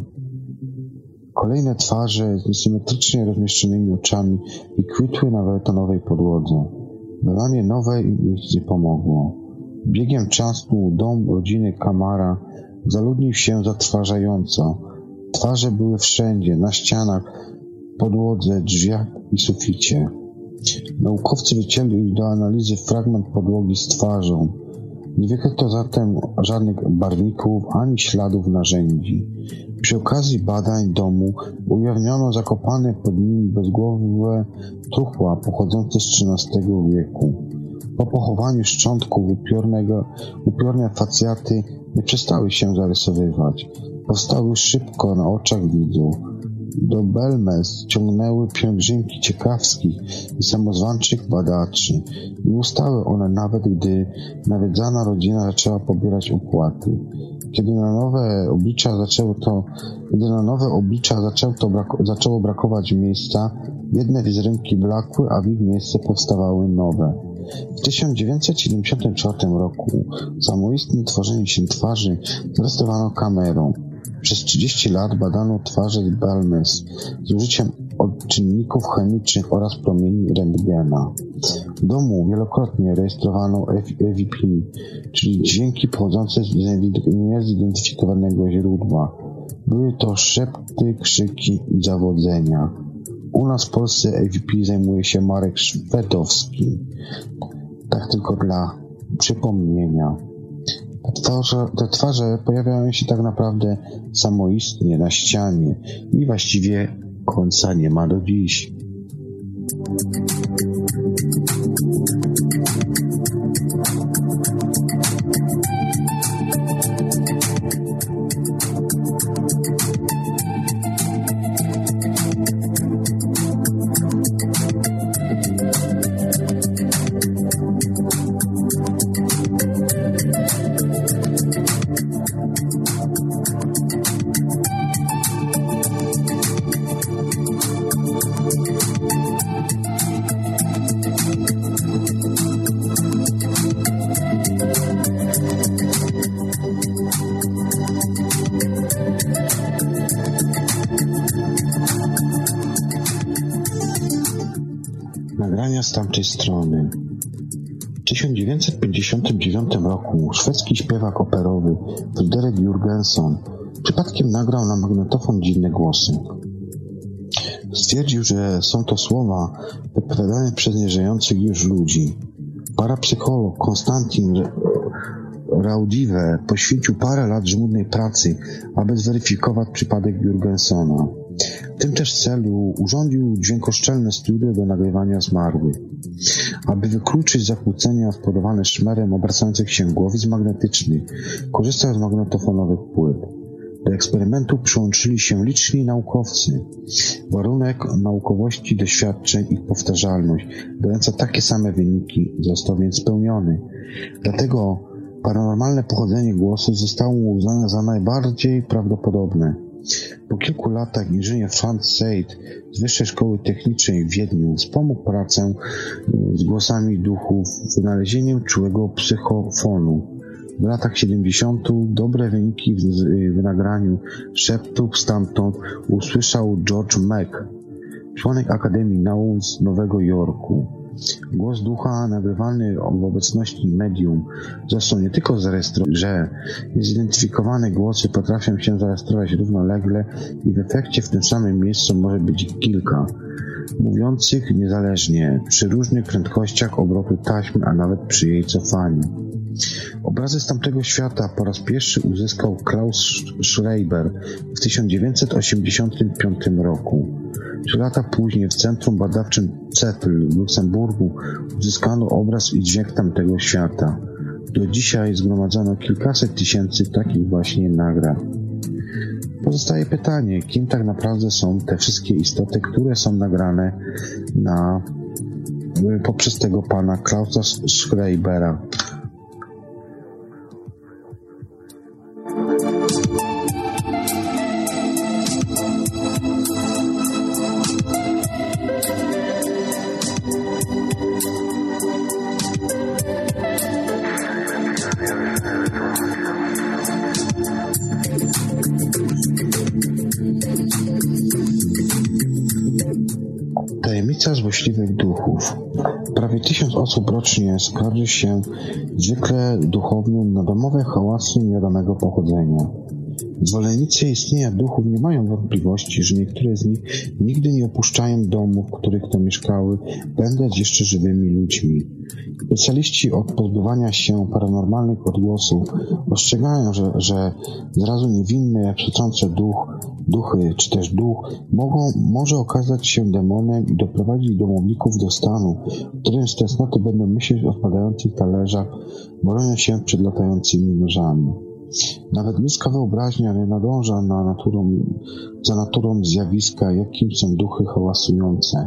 Kolejne twarze z niesymetrycznie rozmieszczonymi oczami i kwitły na betonowej podłodze. Wylanie nowej im nic nie pomogło. Biegiem czasu dom rodziny Camara zaludnił się zatrważająco. Twarze były wszędzie, na ścianach, podłodze, drzwiach i suficie. Naukowcy wycięli do analizy fragment podłogi z twarzą. Nie wykryto zatem żadnych barwników ani śladów narzędzi. Przy okazji badań domu ujawniono zakopane pod nimi bezgłowe truchła pochodzące z trzynastego wieku. Po pochowaniu szczątków upiornego, upiorne facjaty nie przestały się zarysowywać. Powstały szybko na oczach widzów. Do Belmez ciągnęły pielgrzymki ciekawskich i samozwańczych badaczy. Nie ustały one nawet, gdy nawiedzana rodzina zaczęła pobierać opłaty. Kiedy na nowe oblicza zaczęło to, kiedy na nowe oblicza zaczęło, to brak, zaczęło brakować miejsca, jedne wizerunki blakły, a w ich miejsce powstawały nowe. W tysiąc dziewięćset siedemdziesiątym czwartym roku samoistne tworzenie się twarzy zarejestrowano kamerą. Przez trzydzieści lat badano twarze z Belmez z użyciem odczynników chemicznych oraz promieni rentgena. W domu wielokrotnie rejestrowano E V P, czyli dźwięki pochodzące z niezidentyfikowanego źródła. Były to szepty, krzyki i zawodzenia. U nas w Polsce E V P zajmuje się Marek Szwedowski. Tak tylko dla przypomnienia. Te twarze, te twarze pojawiają się tak naprawdę samoistnie na ścianie i właściwie końca nie ma do dziś. Nagrania z tamtej strony. W tysiąc dziewięćset pięćdziesiątym dziewiątym roku szwedzki śpiewak operowy Fredrik Jurgenson przypadkiem nagrał na magnetofon dziwne głosy. Stwierdził, że są to słowa wypowiadane przez nieżyjących już ludzi. Parapsycholog Konstantin Raudive poświęcił parę lat żmudnej pracy, aby zweryfikować przypadek Jurgensona. W tym też celu urządził dźwiękoszczelne studio do nagrywania zmarłych. Aby wykluczyć zakłócenia spowodowane szmerem obracających się głowic magnetycznych, korzystał z magnetofonowych płyt. Do eksperymentu przyłączyli się liczni naukowcy. Warunek naukowości doświadczeń i powtarzalność, dająca takie same wyniki, został więc spełniony. Dlatego paranormalne pochodzenie głosu zostało uznane za najbardziej prawdopodobne. Po kilku latach inżynier Franz Seid z Wyższej Szkoły Technicznej w Wiedniu wspomógł pracę z głosami duchów wynalezieniem czułego psychofonu. W latach siedemdziesiątych dobre wyniki w nagraniu szeptów stamtąd usłyszał George Mack, członek Akademii Nauk z Nowego Jorku. Głos ducha nagrywany w obecności medium został nie tylko zarejestrowany, że niezidentyfikowane głosy potrafią się zarejestrować równolegle i w efekcie w tym samym miejscu może być ich kilka, mówiących niezależnie, przy różnych prędkościach obrotu taśmy, a nawet przy jej cofaniu. Obrazy z tamtego świata po raz pierwszy uzyskał Klaus Schreiber w tysiąc dziewięćset osiemdziesiątym piątym roku. Trzy lata później w Centrum Badawczym Zettel w Luksemburgu uzyskano obraz i dźwięk tamtego świata. Do dzisiaj zgromadzono kilkaset tysięcy takich właśnie nagrań. Pozostaje pytanie, kim tak naprawdę są te wszystkie istoty, które są nagrane na, poprzez tego pana Klausa Schreibera. Tajemnica złośliwych duchów. Prawie tysiąc osób rocznie skarży się zwykle duchownym na domowe hałasy niewiadomego pochodzenia. Zwolennicy istnienia duchów nie mają wątpliwości, że niektóre z nich nigdy nie opuszczają domów, w których to mieszkały, będąc jeszcze żywymi ludźmi. Specjaliści od pozbywania się paranormalnych odgłosów ostrzegają, że, że zrazu niewinne, jak przeczące duch, duchy czy też duch mogą, może okazać się demonem i doprowadzić domowników do stanu, w którym z tęsknoty będą myśleć o spadających talerzach, bronią się przed latającymi nożami. Nawet ludzka wyobraźnia nie nadąża na naturą, za naturą zjawiska, jakim są duchy hałasujące,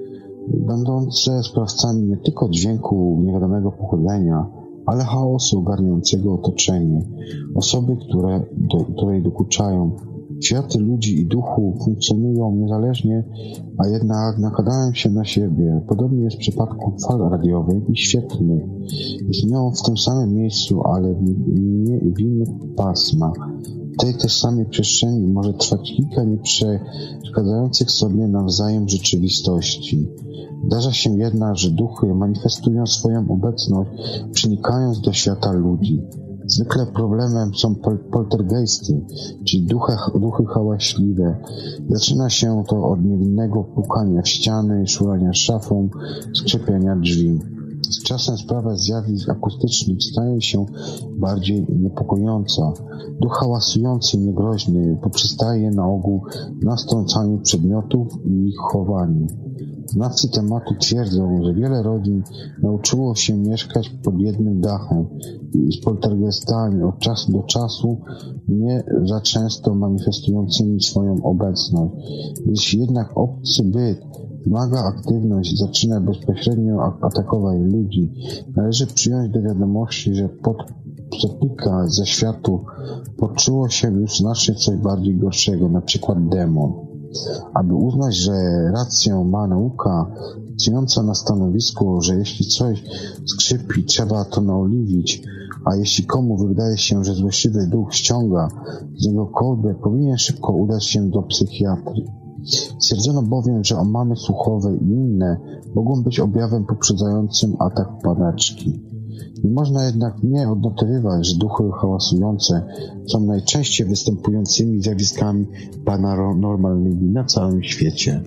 będące sprawcami nie tylko dźwięku niewiadomego pochodzenia, ale chaosu ogarniającego otoczenie. Osoby, które do, której dokuczają. Światy ludzi i duchów funkcjonują niezależnie, a jednak nakładają się na siebie. Podobnie jest w przypadku fal radiowych i świetlnych. Istnieją w tym samym miejscu, ale w, nie, w innych pasmach. W tej też samej przestrzeni może trwać kilka nieprzeszkadzających sobie nawzajem rzeczywistości. Zdarza się jednak, że duchy manifestują swoją obecność, przenikając do świata ludzi. Zwykle problemem są pol- poltergeisty, czyli duchy, duchy hałaśliwe. Zaczyna się to od niewinnego pukania w ściany, szurania szafą, skrzypiania drzwi. Z czasem sprawa zjawisk akustycznych staje się bardziej niepokojąca. Duch hałasujący, niegroźny, poprzestaje na ogół na strącaniu przedmiotów i ich chowaniu. Znawcy tematu twierdzą, że wiele rodzin nauczyło się mieszkać pod jednym dachem i z poltergeistami od czasu do czasu, nie za często manifestującymi swoją obecność. Jeśli jednak obcy byt wymaga aktywność i zaczyna bezpośrednio atakować ludzi, należy przyjąć do wiadomości, że pod przepika ze światu poczuło się już znacznie coś bardziej gorszego, na przykład demon. Aby uznać, że rację ma nauka stojąca na stanowisku, że jeśli coś skrzypi, trzeba to naoliwić, a jeśli komu wydaje się, że złośliwy duch ściąga z niego kołdrę, powinien szybko udać się do psychiatry. Stwierdzono bowiem, że omamy słuchowe i inne mogą być objawem poprzedzającym atak padaczki. Nie można jednak nie odnotowywać, że duchy hałasujące są najczęściej występującymi zjawiskami paranormalnymi na całym świecie.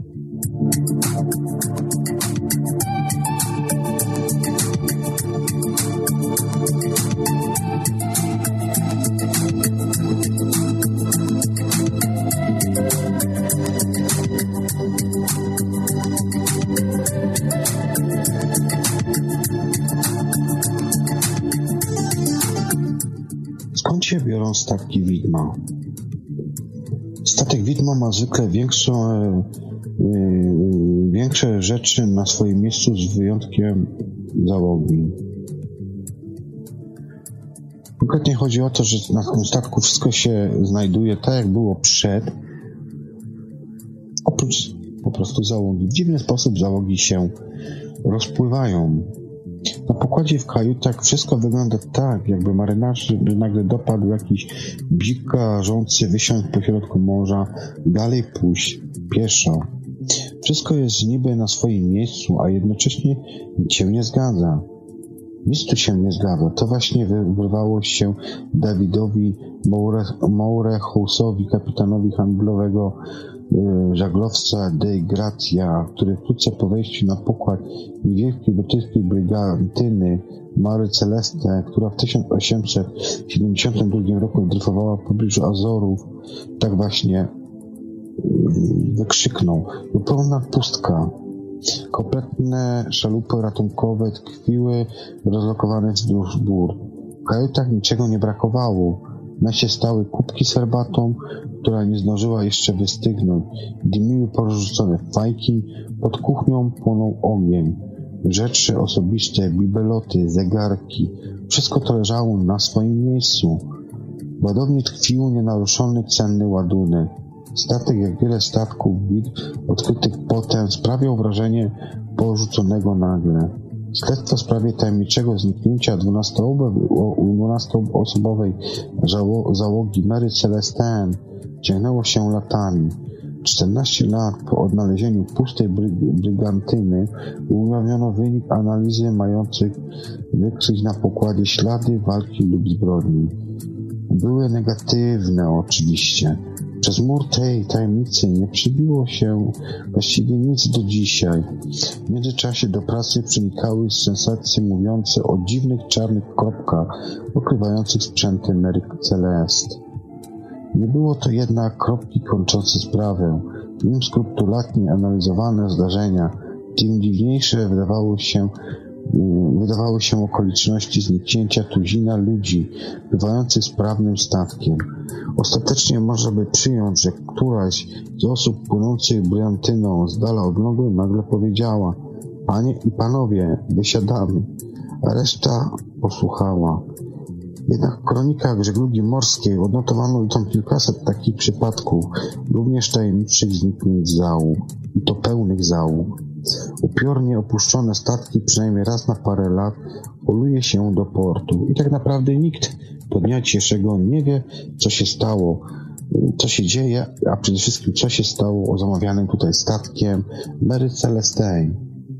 Skąd się biorą stawki widma? Statek widmo ma zwykle większą, e, e, większe rzeczy na swoim miejscu z wyjątkiem załogi. Konkretnie chodzi o to, że na tym statku wszystko się znajduje tak, jak było przed, oprócz po prostu załogi. W dziwny sposób załogi się rozpływają. Na pokładzie w kajutach wszystko wygląda tak, jakby marynarze nagle dopadł jakiś bzik każący wysiąść pośrodku morza, dalej pójść pieszo. Wszystko jest niby na swoim miejscu, a jednocześnie nic się nie zgadza. Nic tu się nie zgadza. To właśnie wyrwało się Dawidowi Moorehouse'owi, kapitanowi handlowego y, żaglowca de Gratia, który wkrótce po wejściu na pokład niewielkiej brytyjskiej brygantyny Mary Celeste, która w tysiąc osiemset siedemdziesiątym drugim roku dryfowała w pobliżu Azorów, tak właśnie y, wykrzyknął: zupełna pustka. Kompletne szalupy ratunkowe tkwiły rozlokowane wzdłuż bór. W kajutach niczego nie brakowało. Na się stały kubki z herbatą, która nie zdążyła jeszcze wystygnąć. Dymiły porzucone fajki, pod kuchnią płonął ogień. Rzeczy osobiste, bibeloty, zegarki, wszystko to leżało na swoim miejscu. W ładowni tkwił nienaruszony cenny ładunek. Statek, jak wiele statków odkrytych potem, sprawiał wrażenie porzuconego nagle. Śledztwo w sprawie tajemniczego zniknięcia dwunastoosobowej załogi Mary Celeste ciągnęło się latami. czternaście lat po odnalezieniu pustej brygantyny ujawniono wynik analizy mających wykryć na pokładzie ślady walki lub zbrodni. Były negatywne oczywiście. Przez mur tej tajemnicy nie przybiło się właściwie nic do dzisiaj. W międzyczasie do prasy przenikały sensacje mówiące o dziwnych czarnych kropkach pokrywających sprzęty Mary Celeste. Nie było to jednak kropki kończące sprawę. Im skrupulatnie analizowane zdarzenia, tym dziwniejsze wydawało się Wydawały się okoliczności zniknięcia tuzina ludzi bywających sprawnym statkiem. Ostatecznie można by przyjąć, że któraś z osób płynących brygantyną z dala od lądu nagle powiedziała: panie i panowie, wysiadamy, a reszta posłuchała. Jednak w kronikach żeglugi morskiej odnotowano tam kilkaset takich przypadków, również tajemniczych zniknięć załóg, i to pełnych załóg. Upiornie opuszczone statki przynajmniej raz na parę lat poluje się do portu i tak naprawdę nikt do dnia dzisiejszego nie wie, co się stało, co się dzieje, a przede wszystkim co się stało z omawianym tutaj statkiem Mary Celeste.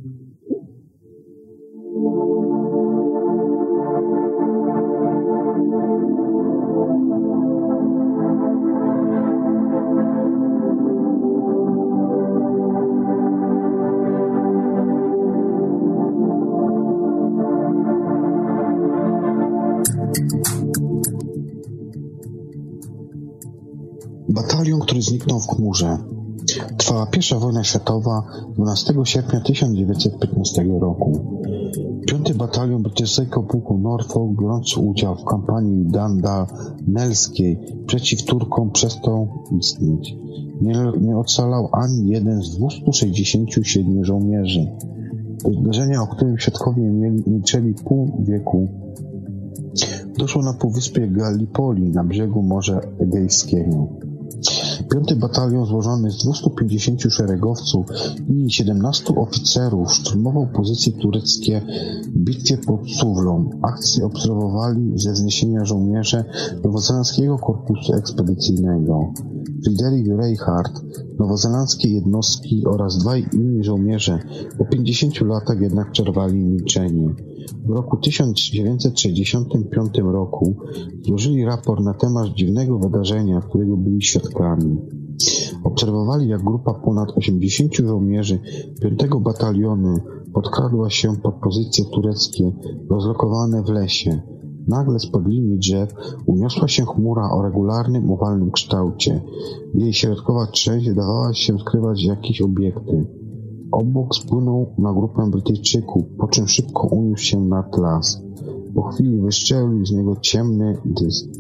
Batalion, który zniknął w chmurze. Trwała pierwsza wojna światowa dwunastego sierpnia tysiąc dziewięćset piętnastego roku. Piąty Batalion brytyjskiego pułku Norfolk, biorący udział w kampanii dardanelskiej przeciw Turkom, przestał istnieć. Nie, nie ocalał ani jeden z dwustu sześćdziesięciu siedmiu żołnierzy. Do zdarzenia, o którym świadkowie mieli, milczeli pół wieku, doszło na półwyspie Gallipoli na brzegu Morza Egejskiego. Piąty batalion złożony z dwustu pięćdziesięciu szeregowców i siedemnastu oficerów szturmował pozycje tureckie w bitwie pod Suwlą. Akcję obserwowali ze wzniesienia żołnierze nowozelandzkiego korpusu ekspedycyjnego. Friedrich Reichardt, nowozelandzkie jednostki oraz dwaj inni żołnierze po pięćdziesięciu latach jednak przerwali milczenie. W roku tysiąc dziewięćset sześćdziesiątym piątym roku złożyli raport na temat dziwnego wydarzenia, którego byli świadkami. Obserwowali, jak grupa ponad osiemdziesięciu żołnierzy piątego batalionu podkradła się pod pozycje tureckie rozlokowane w lesie. Nagle spod linii drzew uniosła się chmura o regularnym, owalnym kształcie. Jej środkowa część dawała się skrywać jakieś obiekty. Obok spłynął na grupę Brytyjczyków, po czym szybko uniósł się nad las. Po chwili wyszczelił z niego ciemny dysk.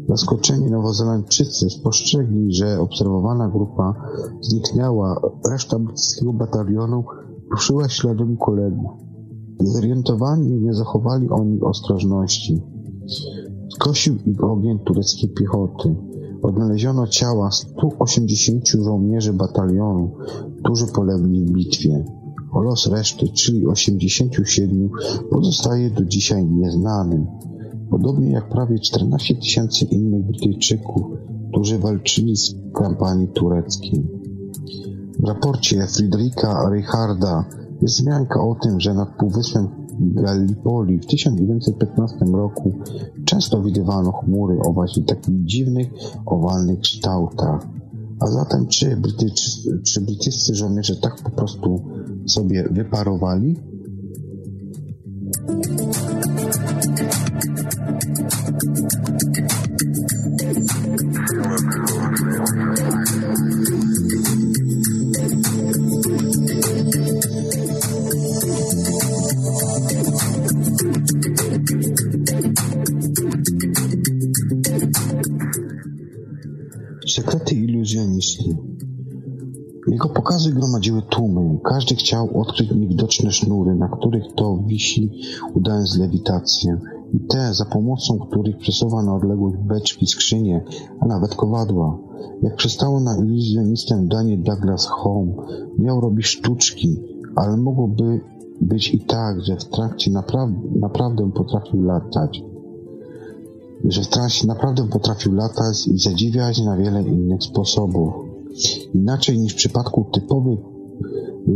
Zaskoczeni Nowozelandczycy spostrzegli, że obserwowana grupa zniknęła, reszta brytyjskiego batalionu ruszyła śladem kolegów. Zorientowani nie zachowali oni ostrożności. Skosił ich ogień tureckiej piechoty. Odnaleziono ciała stu osiemdziesięciu żołnierzy batalionu, którzy polegli w bitwie. O los reszty, czyli osiemdziesięciu siedmiu, pozostaje do dzisiaj nieznany. Podobnie jak prawie czternaście tysięcy innych Brytyjczyków, którzy walczyli w kampanii tureckiej. W raporcie Friedricha Richarda jest wzmianka o tym, że nad półwyspem Gallipoli w tysiąc dziewięćset piętnastym roku często widywano chmury o właśnie takich dziwnych, owalnych kształtach. A zatem czy, Brytyjczy, czy brytyjscy żołnierze tak po prostu sobie wyparowali? Sekrety iluzjonisty. Jego pokazy gromadziły tłumy. Każdy chciał odkryć niewidoczne sznury, na których to wisi, udając lewitację. I te, za pomocą których przesuwa na odległość beczki, skrzynie, a nawet kowadła. Jak przystało na iluzjonistę Daniel Douglas Home, miał robić sztuczki, ale mogłoby być i tak, że w trakcie naprawdę, naprawdę potrafił latać. że w trakcie naprawdę potrafił latać i zadziwiać na wiele innych sposobów. Inaczej niż w przypadku typowych yy,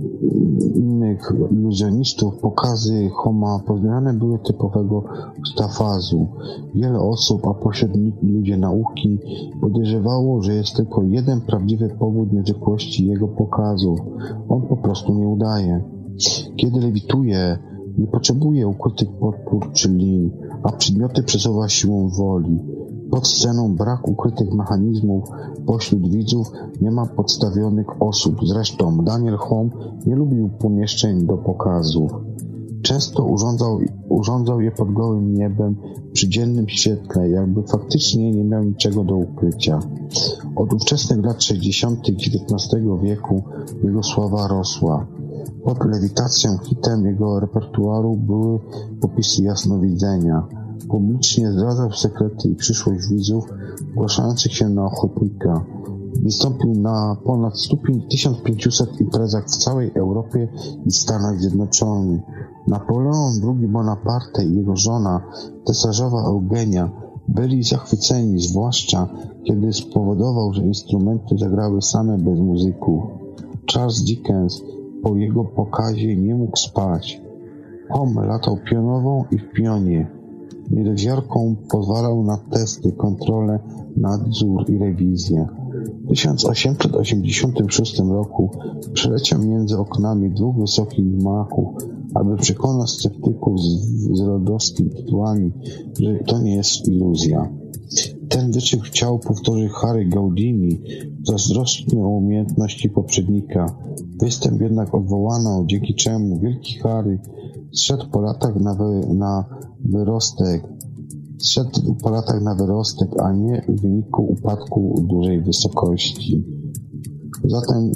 innych iluzjonistów, pokazy Homa pozbawione były typowego stafazu. Wiele osób, a pośredniki ludzie nauki, podejrzewało, że jest tylko jeden prawdziwy powód niezwykłości jego pokazów. On po prostu nie udaje. Kiedy lewituje, nie potrzebuje ukrytych podpór czy lin, a przedmioty przesuwa siłą woli. Pod sceną brak ukrytych mechanizmów, pośród widzów nie ma podstawionych osób. Zresztą Daniel Home nie lubił pomieszczeń do pokazów. Często urządzał, urządzał je pod gołym niebem, przy dziennym świetle, jakby faktycznie nie miał niczego do ukrycia. Od ówczesnych lat sześćdziesiątych dziewiętnastego wieku jego sława rosła. Pod lewitacją hitem jego repertuaru były popisy jasnowidzenia. Publicznie zdradzał sekrety i przyszłość widzów zgłaszających się na ochotnika. Wystąpił na ponad tysiąc pięćset imprezach w całej Europie i Stanach Zjednoczonych. Napoleon drugi Bonaparte i jego żona, cesarzowa Eugenia, byli zachwyceni, zwłaszcza kiedy spowodował, że instrumenty zagrały same bez muzyków. Charles Dickens po jego pokazie nie mógł spać. Home latał pionową i w pionie. Niedowiarkom pozwalał na testy, kontrolę, nadzór i rewizję. W tysiąc osiemset osiemdziesiątym szóstym roku przeleciał między oknami dwóch wysokich gmachów, aby przekonać sceptyków z, z rodowskimi tytułami, że to nie jest iluzja. Ten wyczyn chciał powtórzyć Harry Gaudini, zazdrosny o umiejętności poprzednika. Występ jednak odwołano, dzięki czemu wielki Harry zszedł po latach na, wy, na wyrostek, zszedł po latach na wyrostek, a nie w wyniku upadku dużej wysokości. Zatem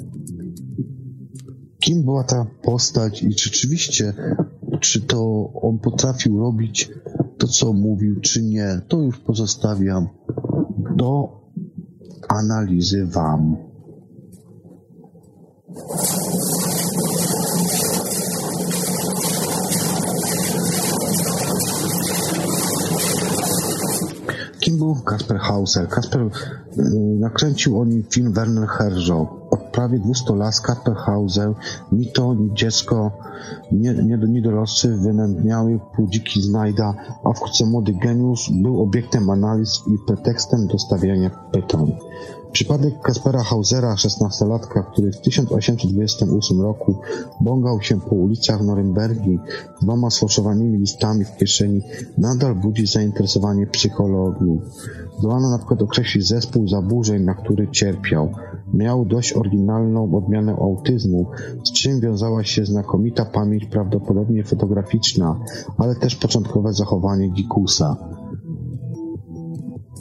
kim była ta postać i czy rzeczywiście, czy to on potrafił robić to, co mówił, czy nie, to już pozostawiam do analizy wam. Kim był Kasper Hauser? Kasper y, nakręcił o nim film Werner Herzog. Od prawie dwustu lat Kasper Hauser, ni to, ni dziecko, nie, nie, nie dorosły, wynędzniały, półdziki znajda, a wkrótce młody geniusz był obiektem analiz i pretekstem do stawiania pytań. Przypadek Kaspera Hausera, szesnastolatka, który w tysiąc osiemset dwudziestym ósmym roku błąkał się po ulicach Norymbergi z dwoma sfałszowanymi listami w kieszeni, nadal budzi zainteresowanie psychologów. Zdołano na przykład określić zespół zaburzeń, na który cierpiał. Miał dość oryginalną odmianę autyzmu, z czym wiązała się znakomita pamięć, prawdopodobnie fotograficzna, ale też początkowe zachowanie dzikusa.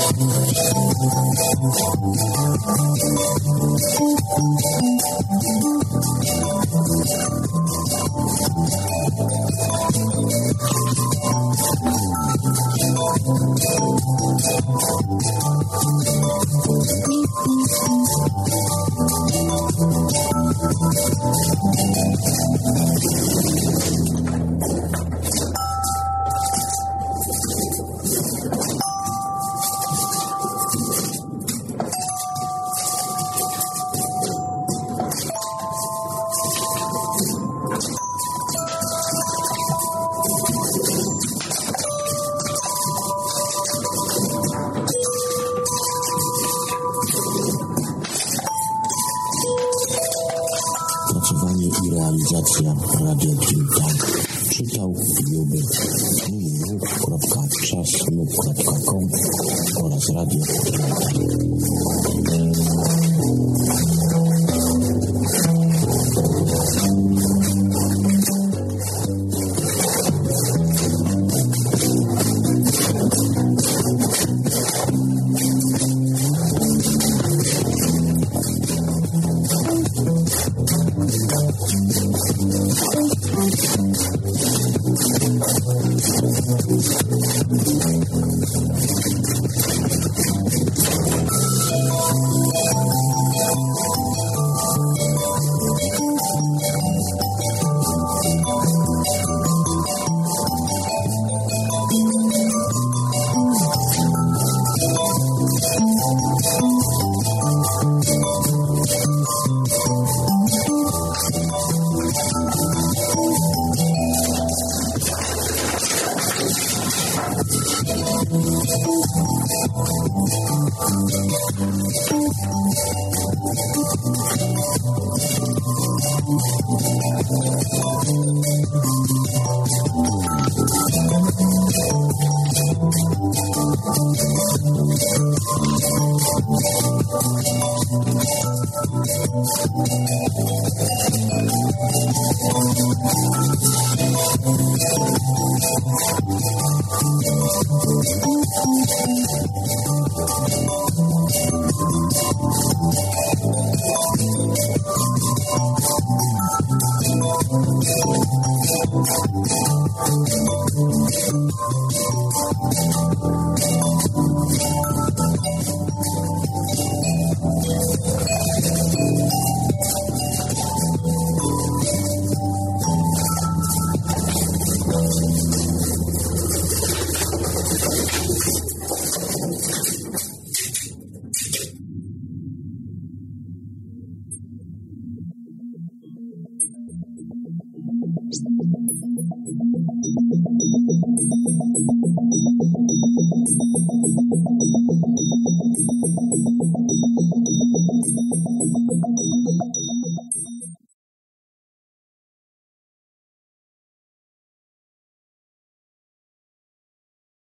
Opracowanie i realizacja Radio Trinta. Czytał Juby w w w kropka czasnów kropka com oraz Radio Trinta.